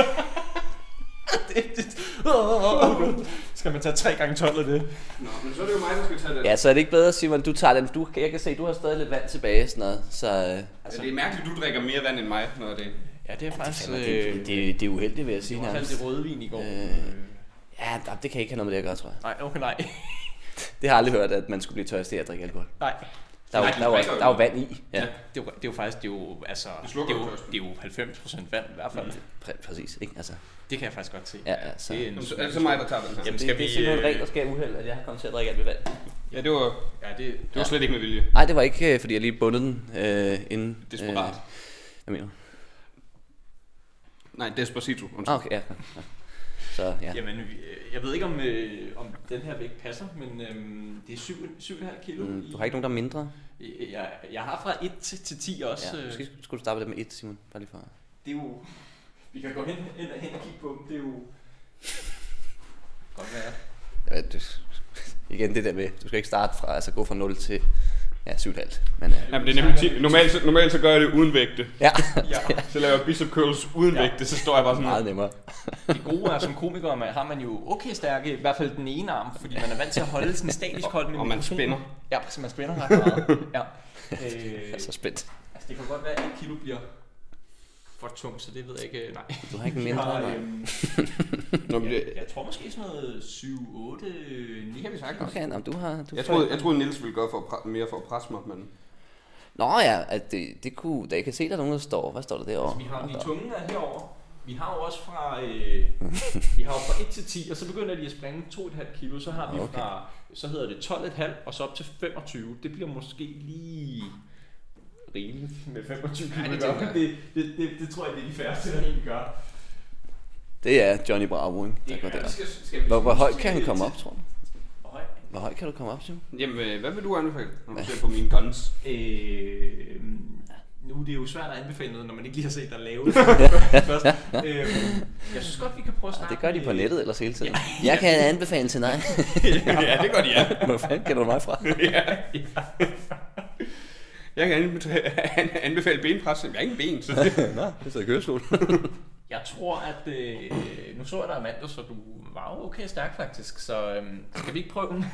Skal man tage 3 gange 12 af det? Nå, men så er det jo mig, der skal tage det. Ja, så er det ikke bedre, Simon, du tager den. Jeg kan se, du har stadig lidt vand tilbage. Sådan noget, så, altså, det er mærkeligt, du drikker mere vand end mig, når det... Ja, det er faktisk... Det er uheldigt, vil jeg sige. Det var faktisk rødvin i går. Ja, det kan ikke have noget med det at gøre, tror jeg. Nej, okay, nej. Det har jeg aldrig hørt, at man skulle blive tørstig af at drikke alkohol. Nej. Der er jo vand i. Ja. Det er jo faktisk, det er jo 90% vand i hvert fald. Præcis, ikke? Altså. Det kan jeg faktisk godt se. Ja, så. Det er så mig, der tager den her. Jamen, det er simpelthen en regel, der skal uheld, at jeg har kommet til at drikke alt med vand. Ja, det var slet ikke med vilje. Nej, det var ikke, fordi jeg lige bundet den inden. Desperat. Hvad mener du? Nej, Despacito. Okay, ja. Så, ja. Jamen, jeg ved ikke, om den her vægt passer, men det er 7,5 kilo. Du har ikke nogen, der er mindre? Jeg har fra 1 til 10 også. Ja, måske skulle du starte med 1, Simon. Bare lige for. Det er jo... Vi kan gå hen og kigge på dem. Det er jo... Godt være. Ja, igen det der med, du skal ikke starte fra, altså gå fra 0 til 7,5. Men, jamen, det er nemlig normalt så gør jeg det uden vægte. Ja. Så laver jeg bicep curls uden vægte, så står jeg bare sådan... Meget nemmere. Det gode er, som komiker har man jo okay stærke, i hvert fald den ene arm, fordi man er vant til at holde sådan statisk hold med og man spænder. Ja, så man spænder ret meget. Ja. Jeg er så spændt. Altså, det kan godt være, at 1 kilo bliver for tungt, så det ved jeg ikke. Nej. Du har ikke mindre, nej. Jeg tror måske sådan noget 7, 8, 9 har vi sagt. Okay, du har... Jeg troede Niels ville gøre mere for at presse mig, men... Nå ja, at det kunne... Jeg kan se, der er nogen, der står. Hvad står der derovre? Altså, vi har de tunge er herovre. Vi har jo også fra... vi har jo fra 1 til 10, og så begynder de at springe 2,5 kilo. Så har vi fra... Så hedder det 12,5 og så op til 25. Det bliver måske lige... rigeligt med 25 kilo. Ja, det tror jeg, det er de færreste, der egentlig gør. Det er Johnny Bravo, ikke? Der går der. Hvor højt kan han komme op, tror du? Hvor højt kan du komme op, Simon? Jamen, hvad vil du anbefale, når du ser på mine guns? Nu er det jo svært at anbefale, når man ikke lige har set dig lave det først. Jeg synes godt, vi kan prøve at snakke. Det gør de på nettet ellers hele tiden. Jeg kan anbefale til dig. Ja, det gør de, ja. Hvor fanden kender du mig fra? Jeg kan anbefale benpres. Jeg har ingen ben, så det... Nå, det er kørestol. Jeg tror, at... nu så jeg dig, Amanda, så du var jo okay stærk faktisk. Så skal vi ikke prøve den?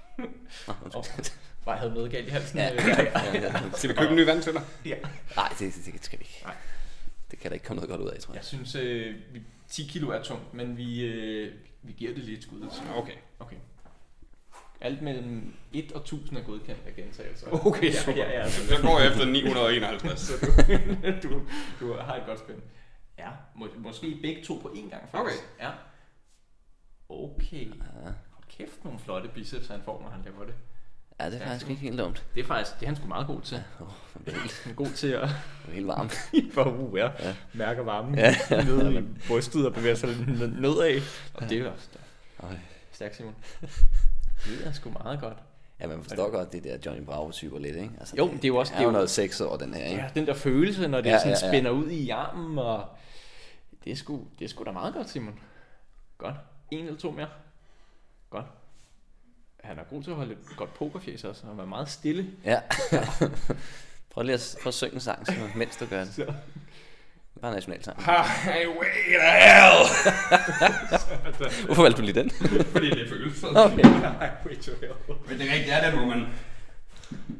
Bare jeg havde noget galt i halsen. Ja. Skal vi købe en ny vand til dig? Ja. Nej, det skal vi ikke. Nej. Det kan der ikke komme noget godt ud af, tror jeg. Jeg synes, 10 kilo er tungt, men vi giver det lidt skud. Okay. Alt mellem 1 og 1000 er godkendt af gentagelser. Okay, ja. Så går jeg efter 951. Så du har et godt spænd. Ja, måske begge to på én gang faktisk. Okay. Ja. Okay. Kæft, nogle flotte biceps han får, når han laver det. Ja, det er faktisk ikke helt dumt. Det er han sgu meget god til. Det er god til at... Det er helt varmt. Ja. Mærker varmen nede i brystet og bevæger sig nedad. Og det er også stærk, Simon. Det er sgu meget godt. Ja, man forstår godt det der Johnny Bravo-typer lidt, ikke? Altså, jo, det er jo også... Det er jo noget sex over den her, ikke? Ja, den der følelse, når det sådan spænder ud i armen, og... Det er sgu da meget godt, Simon. Godt. 1 eller 2 mere. Godt. Han er god til at holde et godt pokerfjes også, og være meget stille. Ja. Prøv lige at synge en sang, Simon, mens du gør det. Bare nationalsang. Highway to hell! Hvorfor valgte du lige den? Fordi det er følelser. Okay. Highway to hell. Men det er rigtigt, det er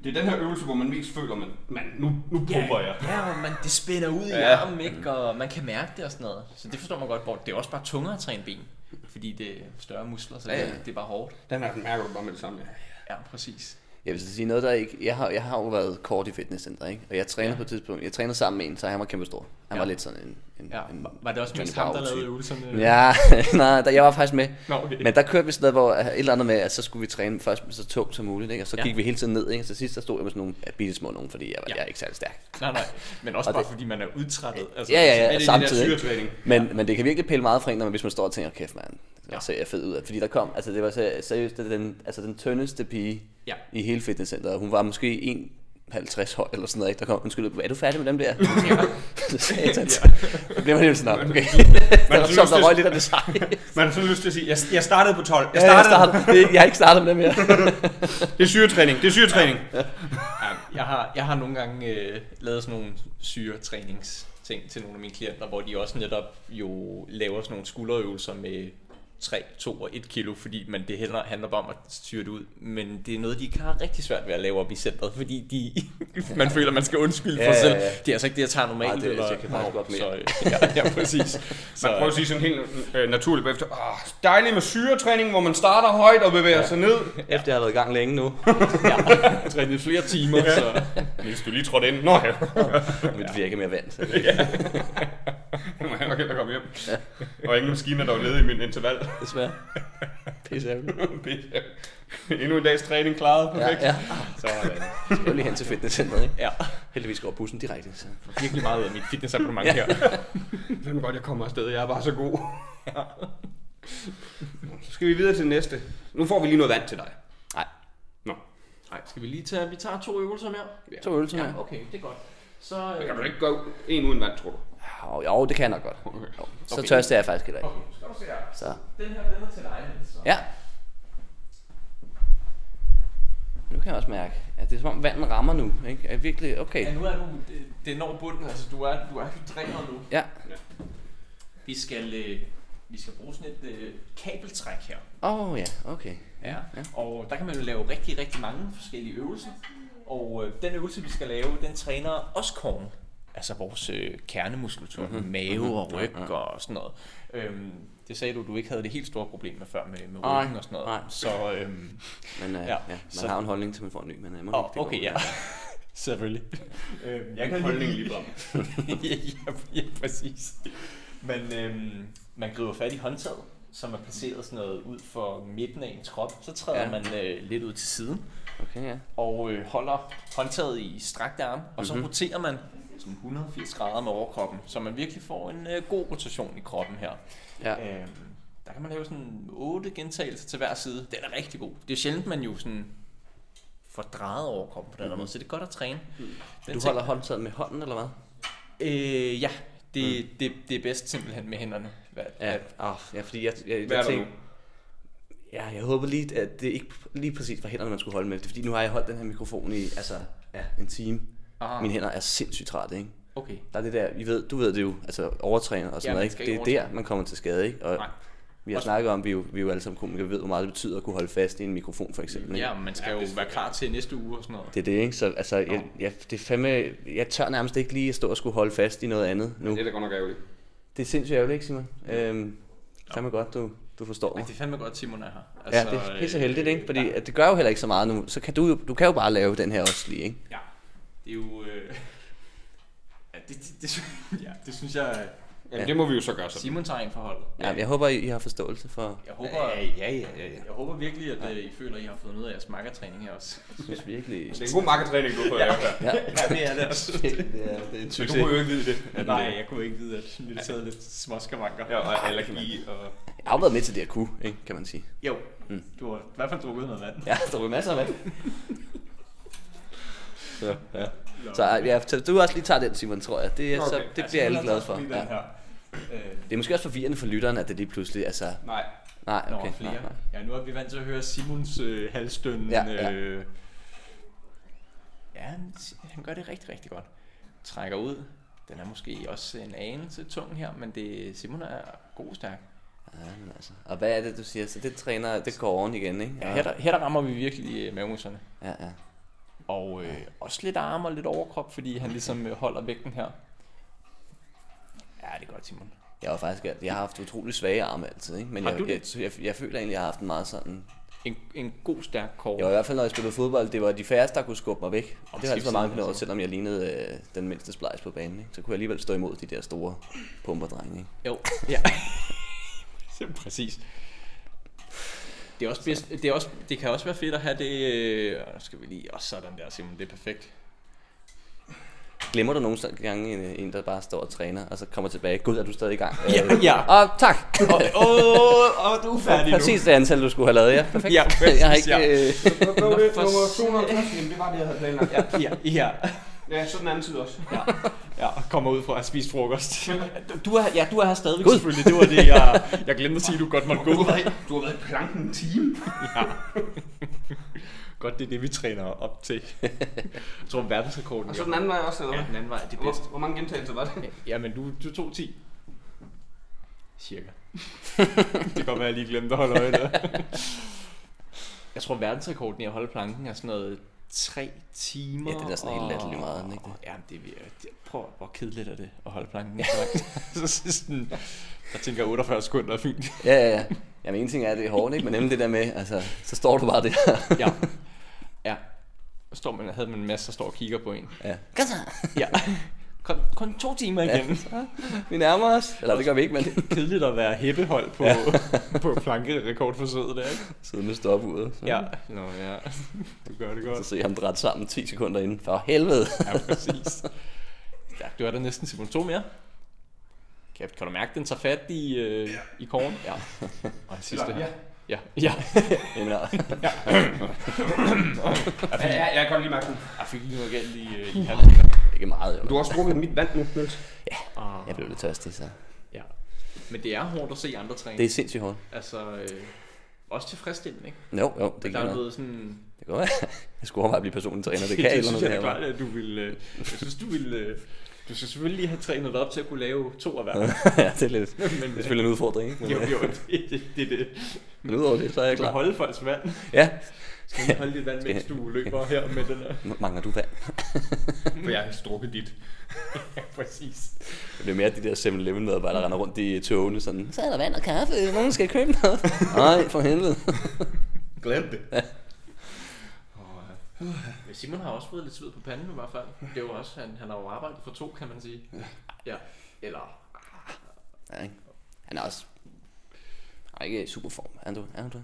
Det er den her øvelse, hvor man mest føler, nu pumper jeg. Ja, og det spænder ud i armen, ikke? Og man kan mærke det og sådan noget. Så det forstår man godt, hvor det er også bare tungere at træne ben. Fordi det er større muskler, så det er bare hårdt. Den her mærker du bare med det samme. Ja, præcis. Jeg vil sige noget, der ikke... Jeg har jo været kort i fitnesscenter, ikke? Og jeg trænede på et tidspunkt... Jeg trænede sammen med en, så han var kæmpe stor. Han var lidt sådan en var det også mest ham, der lavede øvelserne? Ja, nej, jeg var faktisk med. Okay. Men der kørte vi sådan noget, hvor et eller andet med, at så skulle vi træne først så tungt som muligt, ikke? Og så gik vi hele tiden ned, ikke? Så sidst der stod jeg med sådan nogle bitte små nogen, fordi jeg er ikke særlig stærk. Nej, men også bare fordi man er udtrættet. Altså, ja, samtidig. Men det kan virkelig pille meget fra en, hvis man står og tænker, kæft mand, det ser jeg fed ud af. Fordi der kom, altså det var seriøst, den tyndeste pige i hele fitnesscenteret. Hun var måske 1,50 høj eller sådan noget, ikke? Der kom, undskyld, er du færdig med dem der? Så bliver man helt sådan, okay. Der røg lidt af det seje. Man har sådan lyst til at sige, jeg startede på 12. Jeg har ikke startet med dem mere. Det er syretræning. Jeg har nogle gange lavet sådan nogle syretræningsting til nogle af mine klienter, hvor de også netop jo laver sådan nogle skulderøvelser med 3, 2 og 1 kilo, fordi det handler bare om at styre det ud. Men det er noget, de ikke har rigtig svært ved at lave op i centret, fordi man føler, man skal undskylde for sig selv. Det er altså ikke det, jeg tager normalt. Jeg kan faktisk godt mere. Ja, præcis. Man prøver at sige sådan helt naturligt bagefter. Dejligt med syretræning, hvor man starter højt og bevæger sig ned. Efter jeg har været i gang længe nu. Trænet flere timer, så... Hvis du lige trådte ind. Nå ja. Men det virker mere vand. Nu må jeg nok hellere komme hjem. Og ingen maskiner, der var nede i min interval. Desværre. Pisse ærgerligt. Endnu en dags træning klaret. Perfekt. Ja. Så skal jeg lige hen til fitnesscenteret, ikke? Ja. Heldigvis går bussen direkte. Så. Virkelig meget ud af mit fitnessabonnement her. Det er godt, jeg kommer afsted. Jeg er bare så god. Så skal vi videre til næste. Nu får vi lige noget vand til dig. Nej. Nå. Nej, skal vi lige tage... Vi tager 2 øvelser mere. Ja. 2 øvelser mere. Ja, okay, det er godt. Så... Kan du ikke gå en uden vand, tror du? Jo, det kan jeg nok godt. Okay. Så tørste jeg faktisk heller ikke. Okay, skal du se her. Så. Den her, den er til dig. Så. Ja. Nu kan jeg også mærke, at det er som om vandet rammer nu, ikke? Er virkelig okay. Ja, nu er du... Det når bunden, altså du er hydreret nu. Ja. Vi skal bruge sådan et kabeltræk her. Ja, okay. Ja. Og der kan man jo lave rigtig, rigtig mange forskellige øvelser. Og den øvelse, vi skal lave, den træner oskorn. Altså vores kernemuskulatur, mave og ryg og sådan noget. Det sagde du ikke havde det helt store problem med før med ryggen og sådan noget. Nej. Så, men man har jo en holdning til, man får en ny. Men okay, ja. Selvfølgelig. Jeg kan holdning lige frem. ja, præcis. Men man griber fat i håndtaget, som er placeret sådan noget ud for midten af ens krop. Så træder man lidt ud til siden. Okay, ja. Og holder håndtaget i strakte arme. Og så roterer man sådan 180 grader med overkroppen, så man virkelig får en god rotation i kroppen her. Ja. Der kan man lave sådan 8 gentagelser til hver side. Den er rigtig god. Det er sjældent, man jo sådan får drejet overkroppen på den måde, så det er godt at træne. Du holder håndtaget med hånden, eller hvad? Ja, det er bedst simpelthen med hænderne. Fordi jeg tænkte... Ja, jeg håber lige, at det ikke lige præcis var hænderne, man skulle holde med. Det er fordi, nu har jeg holdt den her mikrofon i en time. Mine hænder er sindssygt trætte, ikke? Okay. Der er det der, du ved det jo, altså overtræner og sådan noget, ikke? Det er der, man kommer til skade, ikke? Og vi har snakket om, vi er jo alle sammen komikere, vi ved, hvor meget det betyder at kunne holde fast i en mikrofon, for eksempel. Ikke? Ja, man skal jo være klar til næste uge og sådan noget. Det er det, ikke? Så altså, det er fandme, jeg tør nærmest ikke lige at stå og skulle holde fast i noget andet nu. Det er da godt nok ærgerligt. Det er sindssygt ærgerligt, ikke, Simon? Fandme godt, du forstår mig. Det er fandme godt, Simon er her. Altså, det er pisse heldigt, ikke? Fordi at det gør jo heller ikke så meget nu. Så kan du kan jo bare lave den her også lige, ikke? Ja, det er jo... det synes jeg... Jamen, det må vi jo så gøre så. Simon tager en forhold. Ja, jeg håber, I har forståelse for... Jeg håber virkelig, at I føler, at I har fået noget af jeres makkertræning her også. Jeg synes virkelig... Det er en god makkertræning, du har fået lavet her. Ja, det er det også. Det er en succes. Men du kunne jo ikke vide det. Nej, jeg kunne ikke vide, at vi havde lidt småskavanker. Ja, og allergi og... Jeg har været med til det at kunne, ikke, kan man sige. Jo, du har i hvert fald drukket noget vand. Ja, der er masser af vand. Så du også lige tager den, Simon, tror jeg. Det bliver alle glade for. Ja. Det er måske også forvirrende for lytteren, at det lige pludselig, altså... Nej, okay. Nej. Ja, nu er vi vant til at høre Simons halsstøn. Ja, han gør det rigtig, rigtig godt. Trækker ud. Den er måske også en anelse tung her, men Simon er god stærk. Ja, men altså. Og hvad er det, du siger? Så det går oven igen, ikke? Ja, her der rammer vi virkelig mavemusklerne. Ja. Og også lidt arm og lidt overkrop, fordi han ligesom holder vægten her. Ja, det er godt, Simon. Jeg har haft utrolig svage arme altid, ikke? Men jeg føler egentlig, jeg har haft en meget sådan... En god, stærk kår. Jo, i hvert fald når jeg spillede fodbold, det var de færreste, der kunne skubbe mig væk. Og det har altid været meget selvom jeg lignede den mindste splejs på banen, ikke? Så kunne jeg alligevel stå imod de der store pumperdrenge, ikke? Jo, ja. Præcis. Det er også bedst, det kan også være fedt at have det. Skal vi lige også sådan der, Simon, det er perfekt. Glemmer du nogle gange en der bare står og træner, og så kommer tilbage? Gud, er du stadig i gang? Ja. Og tak. Og du er færdig nu. Præcis det antal, du skulle have lavet, ja. Perfekt. Ja, præcis, jeg har ikke... Nummer 250, det var det, jeg havde planlagt. Ja. Ja, så den anden side også. Ja, kommer ud fra at spise frokost. Du er her stadigvæk selvfølgelig. Det var det, jeg glemte at sige, du godt måtte gå. Du har været i planken en time. Ja. Godt, det er det, vi træner op til. Jeg tror, verdensrekorden... Og så den anden vej også, eller hvad? Ja, den anden vej, det er bedst. Hvor mange gentagelser var det? Jamen, du tog 10. Cirka. Det kan godt være, jeg lige glemte at holde øje der. Jeg tror, verdensrekorden i at holde planken er sådan noget 3 timer. Ja, det er sådan helt latterligt meget, ikke det? Ja, prøv, hvor kedeligt er det at holde planken. Jeg tænker 48 sekunder er fint. Ja. Jamen en ting er, at det er hårdt, ikke? Men nemlig det der med, altså, så står du bare der. Ja. Havde man en masse, der står og kigger på en. Ja. Ja. Kun 2 timer igen. Ja, vi nærmer os. Eller det gør vi ikke, men... Kedeligt at være hæppehold på plankerekordforsøget der, ikke? Sidde med stopuret. Ja. Nå ja, du gør det godt. Så se ham dræt sammen 10 sekunder inden. For helvede. Ja, præcis. Ja, du er der næsten, Simon. 2 mere. Kan du mærke, den tager fat i kåren? Ja. Og den sidste her. Ja. Jamen, jeg kan godt lige mærke den. Jeg fik lige noget galt i halsen. Ikke meget, jo. Du har også drukket mit vand nu, Niels. Ja, jeg blev lidt tørstig, så... Ja. Men det er hårdt at se andre træne. Det er sindssygt hårdt. Altså, også tilfredsstillende, ikke? Jo, det der er noget sådan... Det går være. Jeg skulle overveje at blive personlig træner. Det kan eller noget. Det er klart, at du vil... Jeg synes, du skal selvfølgelig lige have trænet dig op til at kunne lave 2 af hver. Ja, det er lidt. Men, det er selvfølgelig en udfordring, ikke? Men, jo, det. Men udover det, så er jeg klar. Du kan holde folks vand. Ja. Skal du holde dit vand, mens du løber her med den her? Mangler du vand? For jeg har strukket dit. Ja, præcis. Det bliver mere de der 7-Eleven medarbejdere, der render rundt i togene sådan. Så er der vand og kaffe. Nogen skal købe noget. Nej, for helvede. Glem det. Ja. Simon har også fået lidt sved på panden i hvert fald. Det er jo også, han har jo arbejdet for 2, kan man sige. Ja. Eller... Ja, ikke? Han er også... Han er ikke i super form. Er du?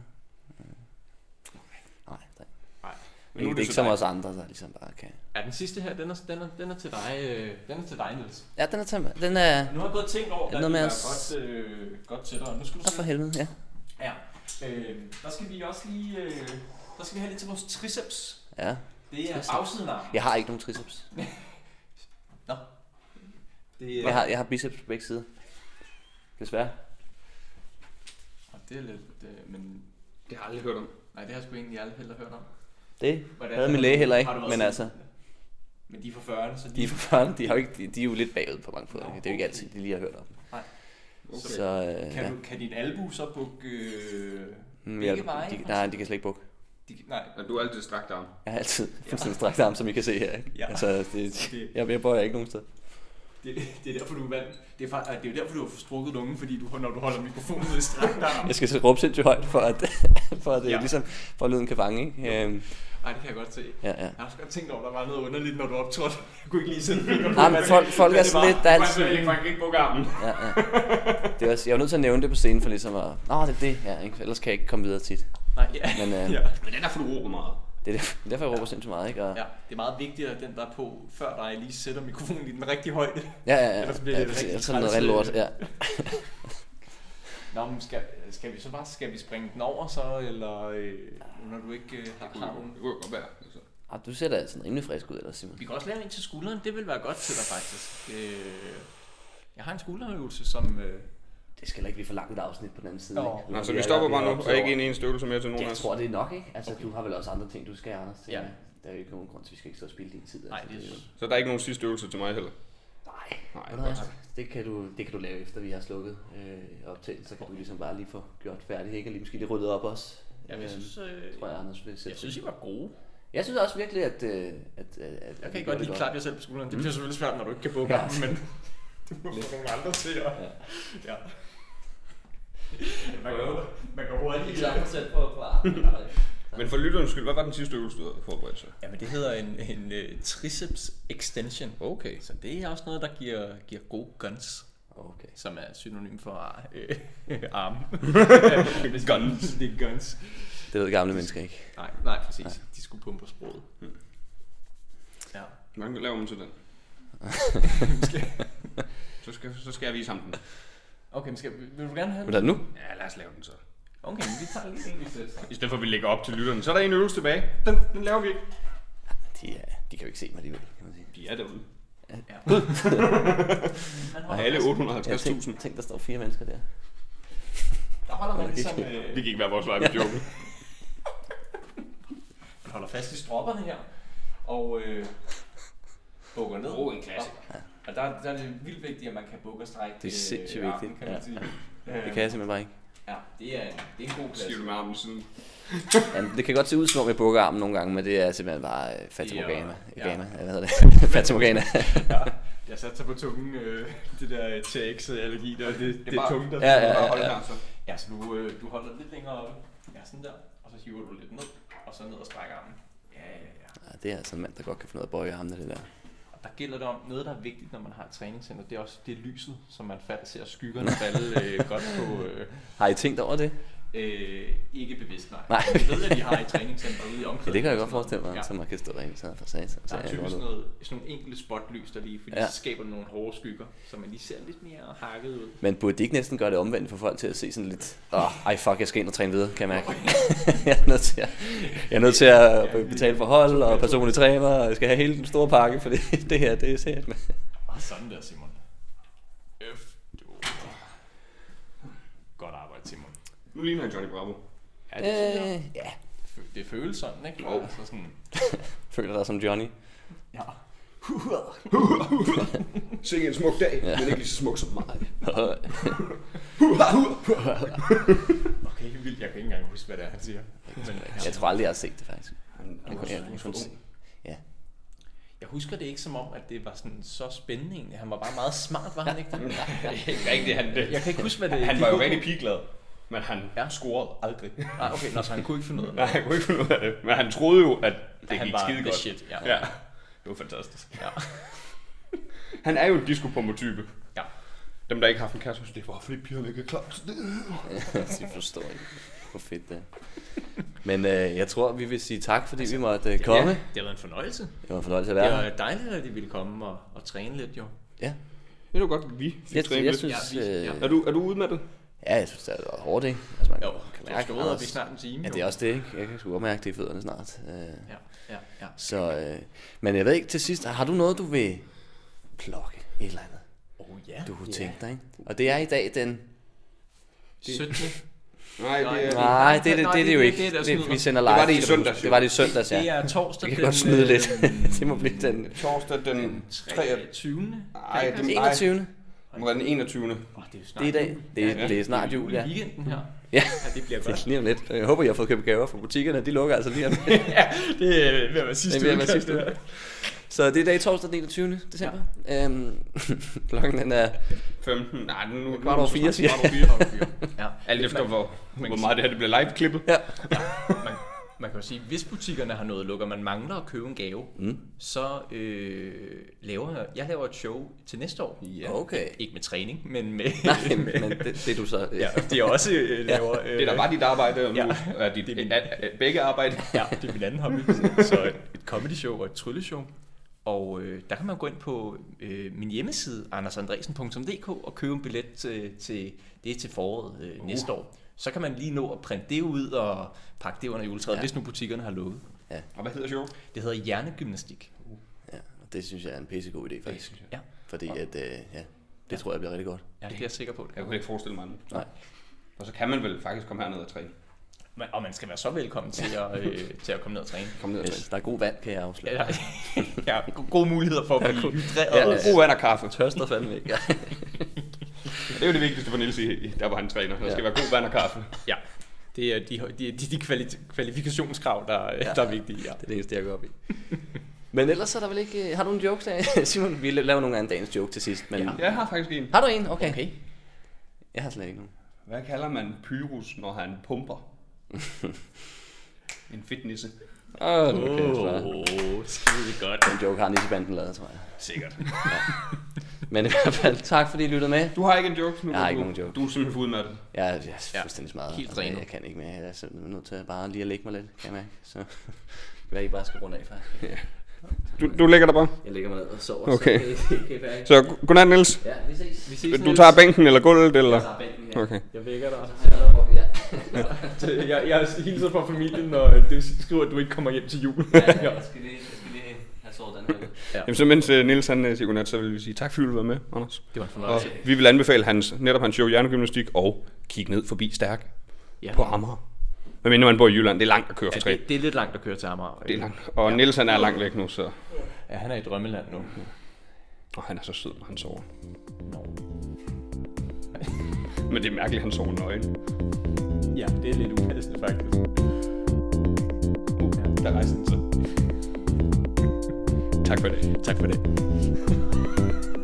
Nej. Men det er ikke som os andre, der ligesom bare kan... Ja, den sidste her, den er til dig. Den er til dig, Niels. Ja, den er... Nu har jeg gået og tænkt over, at det er godt til dig. Nu skal du se... for helvede, ja. Ja. Der skal vi også lige... Der skal vi have lidt til vores triceps. Ja. Det er bagsiden af. Jeg har ikke nogen triceps. Nå. Jeg har biceps på begge sider. Desværre. Og det er lidt... Men... Det har jeg aldrig hørt om. Nej, det har jeg sgu egentlig aldrig heller hørt om. Det havde min læge heller ikke, men altså... Men de er fra 40'erne, så de er fra 40'erne, de er jo lidt bagud på mange måder. Det er jo ikke altid, de lige har hørt om. Nej. Okay. Så, kan din albu så bukke begge veje? Nej, de kan slet ikke bukke. Nej. Du er altid strakt arm. Jeg har altid fuldstændig strakt arm, som I kan se her. Ikke? Ja. Altså, jeg bøjer ikke nogen sted. Det er derfor, du er vant. Det er jo derfor, du har forstrukket lungen, fordi når du holder mikrofonen ud i strakt arm. Jeg skal så råbe sindssygt højt, for at ligesom, for at lyden kan fange, ikke? Nej, det kan jeg godt se. Ja. Jeg har også godt tænkt over, at der var noget underligt, når du optrådte. Jeg kunne ikke lige sætte fingre på. Nej, men folk er sådan lidt... Der er altid... Jeg kan ikke bukke armen. Ja. Det er også, jeg er nødt til at nævne det på scenen, for ligesom at... det er det. Ja, ikke? Ellers kan jeg ikke komme videre tit. Nej, ja. Men det er derfor, du råber meget. Det er derfor, jeg råber sindssygt meget, ikke? Og... Ja, det er meget vigtigt, at den der er på, før dig lige sætter mikrofonen i den rigtige højde. Ja. Ellers bliver det rigtig sådan noget rigtig lort, ja. Nå, men skal vi springe den over så, eller når du ikke har nogen? Det kunne godt være. Altså. Du ser da sådan rimelig frisk ud, eller Simon? Vi kan også lave en til skulderen, det vil være godt til dig faktisk. Jeg har en skulderøvelse, som... Det skal ikke blive for langt et afsnit på den anden side. Nå, så vi stopper bare nu, og ikke en støvelse mere til nogen af os. Jeg tror, det er nok, ikke? Altså, okay. Du har vel også andre ting, du skal, Anders, til. Ja. Der er jo ikke nogen grund til, at vi skal ikke stå og spille din tid. Nej, altså, så der er ikke nogen sidste øvelse til mig heller? Nej. Det kan du lave efter vi har slukket optagelsen, så kan du ligesom bare lige få gjort færdigt, ikke? Og lige måske lige ryddet op også. Ja, jeg synes, tror jeg, Anders vil sætte. Jeg synes, I var gode. Jeg synes også virkelig, at jeg kan godt lige klappe jer selv på skulderen. Det bliver selvfølgelig svært, når du ikke kan bukke armen, men du må få nogle andre til at... Ja. Man kan hurtigt klare sig selv på armen. Men for lytterens skyld, hvad var den sidste øvelse, du havde forberedt sig? Jamen det hedder en triceps extension. Okay. Så det er også noget, der giver gode guns. Okay. Som er synonym for arme. Guns. Det er guns. Det ved gamle mennesker ikke. Nej, præcis. Nej. De skulle pumpe på sproget. Ja. Hvordan laver man til den? så skal jeg vise ham den. Okay, men vil du gerne have den? Vil du nu? Ja, lad os lave den så. Okay, men vi tager lige en i stedet. I stedet for at vi lægger op til lytteren. Så er der en øvelse tilbage. Den laver vi ikke. De kan jo ikke se mig alligevel, kan man sige. De er derude. Ja. Og alle 850.000. Tænk, der står 4 mennesker der. Der holder man ligesom... Vi kan ikke være vores vej med joken. Man holder fast i stropperne her. Og bukker ned. En klassiker. Og der er det vildt vigtigt, at man kan bukke og strække. Det er sindssygt vigtigt. Kan man sige. Det kan jeg simpelthen bare ikke. Ja, det er en god plads. Siger du med armen sådan? Ja, det kan godt se ud som om jeg bukker armen nogle gange, men det er simpelthen bare fatamorgana. Hvad hedder det? Fatamorgana. Jeg satte sig på tungen, det der TX-allergi, der det er tungen, der Ja, så du holder lidt længere oppe. Ja, sådan der. Og så hiver du lidt ned, og så ned og strækker armen. Ja. Det er altså en mand, der godt kan finde ud af at bøje armene, det der. Og der gælder det om noget, der er vigtigt, når man har et træningscenter. Det er også det lyset, som man ser skyggerne falde godt på. Har I tænkt over det? Ikke bevidst, nej. Jeg ved, at de har et træningscenter ude i omklædningen. Ja, det kan jeg godt forestille mig, så man kan stå rent sådan for sig. Der er typisk sådan nogle enkelte spotlys der lige, fordi så skaber nogle hårde skygger, så man lige ser lidt mere hakket ud. Men burde de ikke næsten gøre det omvendt for folk til at se sådan lidt, jeg skal ind og træne videre, kan jeg mærke. Jeg er nødt til at betale for hold og personlig træner, og jeg skal have hele den store pakke, for det her, det er sæt med. Og sådan der, Simon. Godt arbejde, Simon. Nu ligner jeg Johnny Bravo. Ja, det føles sådan, ikke? Altså sådan... Føler dig som Johnny? Ja. Sikke en smuk dag, men ikke lige så smuk som mig. Okay, vildt. Jeg kan ikke engang huske, hvad det er, han siger. Men, jeg tror aldrig, jeg har set det, faktisk. Jeg husker det ikke som om, at det var sådan så spændende egentlig. Han var bare meget smart, var han ikke det? Jeg kan ikke huske, hvad det... Han var jo rigtig pigeglad. Men han scorede aldrig. Okay, så han kunne ikke finde ud af det. Nej, han kunne ikke finde ud af det. Men han troede jo, at det gik skide godt. Shit, ja. Det var fantastisk. Ja. Han er jo en disco-pumper-type. Ja. Dem, der ikke har haft en kæreste, det var fordi pigerne ikke er klar til det. Jeg forstår ikke, hvor fedt det er. Men jeg tror, vi vil sige tak, fordi vi måtte komme. Det har været en fornøjelse. Det var en fornøjelse at være her. Det var dejligt, at de ville komme og træne lidt, jo. Ja. Det var godt, vi fik træne lidt. Er du ude med det? Ja, jeg synes, det er hårdt, ikke? Altså, man kan mærke, at vi snart en time. Ja, det er også det, ikke? Jeg kan sgu godt mærke det i fødderne snart. Ja. Så, men jeg ved ikke, til sidst, har du noget, du vil plukke et eller andet? Du kunne tænke dig, ikke? Og det er i dag den... 17. Nej, det er jo ikke. Vi sender live. Det var det i søndags. Det var det i søndags, ja. Det er torsdag. Vi kan godt snyde lidt. Det må blive den... Torsdag den 23. Nej, den 21. Det må være den 21. Det er i dag. Det er snart jul, ja. Weekenden her. Ja, det bliver godt. Lige om lidt. Jeg håber, I har fået købt gaver fra butikkerne. De lukker altså lige om lidt. Ja, det er ved at være sidste uge. Så det er dag torsdag den 21. december. Klokken den er 15. Nej, nu kvart over 4, siger jeg. Alt efter hvor meget det her det bliver live-klippet. Ja. Man kan jo sige, hvis butikkerne har noget lukket, man mangler at købe en gave, så laver jeg et show til næste år. Ja. Okay. Ikke med træning, men med... Nej, men det du så... Ja, det er også laver... det der var dit arbejde, og nu er dit begge arbejde. Ja, det er min anden hobby. Så et comedy show og et trylleshow. Og der kan man gå ind på min hjemmeside, andersandresen.dk, og købe en billet til foråret næste år. Så kan man lige nå at printe det ud og pakke det under juletræet, hvis nu butikkerne har lukket. Ja. Og hvad hedder showet? Det hedder hjernegymnastik. Ja, og det synes jeg er en pissegod idé faktisk. Ja. Fordi at, det tror jeg bliver rigtig godt. Ja, det er jeg sikker på. Jeg kunne ikke forestille mig andet. Nej. Og så kan man vel faktisk komme herned og træne. Og man skal være så velkommen til at komme ned og træne. Yes, der er god vand, kan jeg afsløre. Ja, gode muligheder for at blive hydreret. God vand og kaffe. Tørster fandme ikke. Det er jo det vigtigste for Niels der hvor han træner. Der skal være god vand og kaffe. Ja. Det er de kvalifikationskrav, der er vigtige. Ja. Det er det eneste, jeg går op i. Men ellers er der vel ikke... Har du en joke der? Simon, vi laver nogle gange dagens joke til sidst. Men... Ja, jeg har faktisk en. Har du en? Okay. Jeg har slet ikke nogen. Hvad kalder man Pyrus, når han pumper? En fedtnisse. Skide godt. Den joke har Nissebanden lavet, tror jeg. Sikkert. Men i hvert fald, tak fordi I lyttede med. Du har ikke en joke nu? Jeg har ikke nogen joke. Du er simpelthen for udmattet. Jeg er fuldstændig smadret. Helt drænet. Jeg kan ikke mere. Jeg er simpelthen nødt til bare lige at lægge mig lidt, kan jeg mærke. Så det kan være, I bare skal runde af, faktisk. Ja. Du lægger dig bare? Jeg lægger mig ned og sover. Okay. Så godnat, Niels. Ja, vi ses. Du tager bænken eller gulvet, eller? Jeg tager bænken her. Okay. Jeg vækker dig. Ja. Jeg hilser fra familien, når du skriver, at du ikke kommer hjem til jul. Jeg skal lige have sovet den her. Ja. Jamen, så mens Niels han siger godnat, så vil vi sige tak, fordi du var med, Anders. Det var en fornøjelse. Og vi vil anbefale netop hans show Hjernegymnastik og kigge ned forbi Stærk på Amager. Men mindre man bor i Jylland, det er langt at køre for træ. Det er lidt langt at køre til Amager. Det er langt. Og Niels han er langt væk nu, så... Ja, han er i drømmeland nu. Og han er så sød, når han sover. Men det er mærkeligt, han sover nøgen. Ja, det er lidt upassende faktisk. Der rejser den så. Tak for det. Tak for det.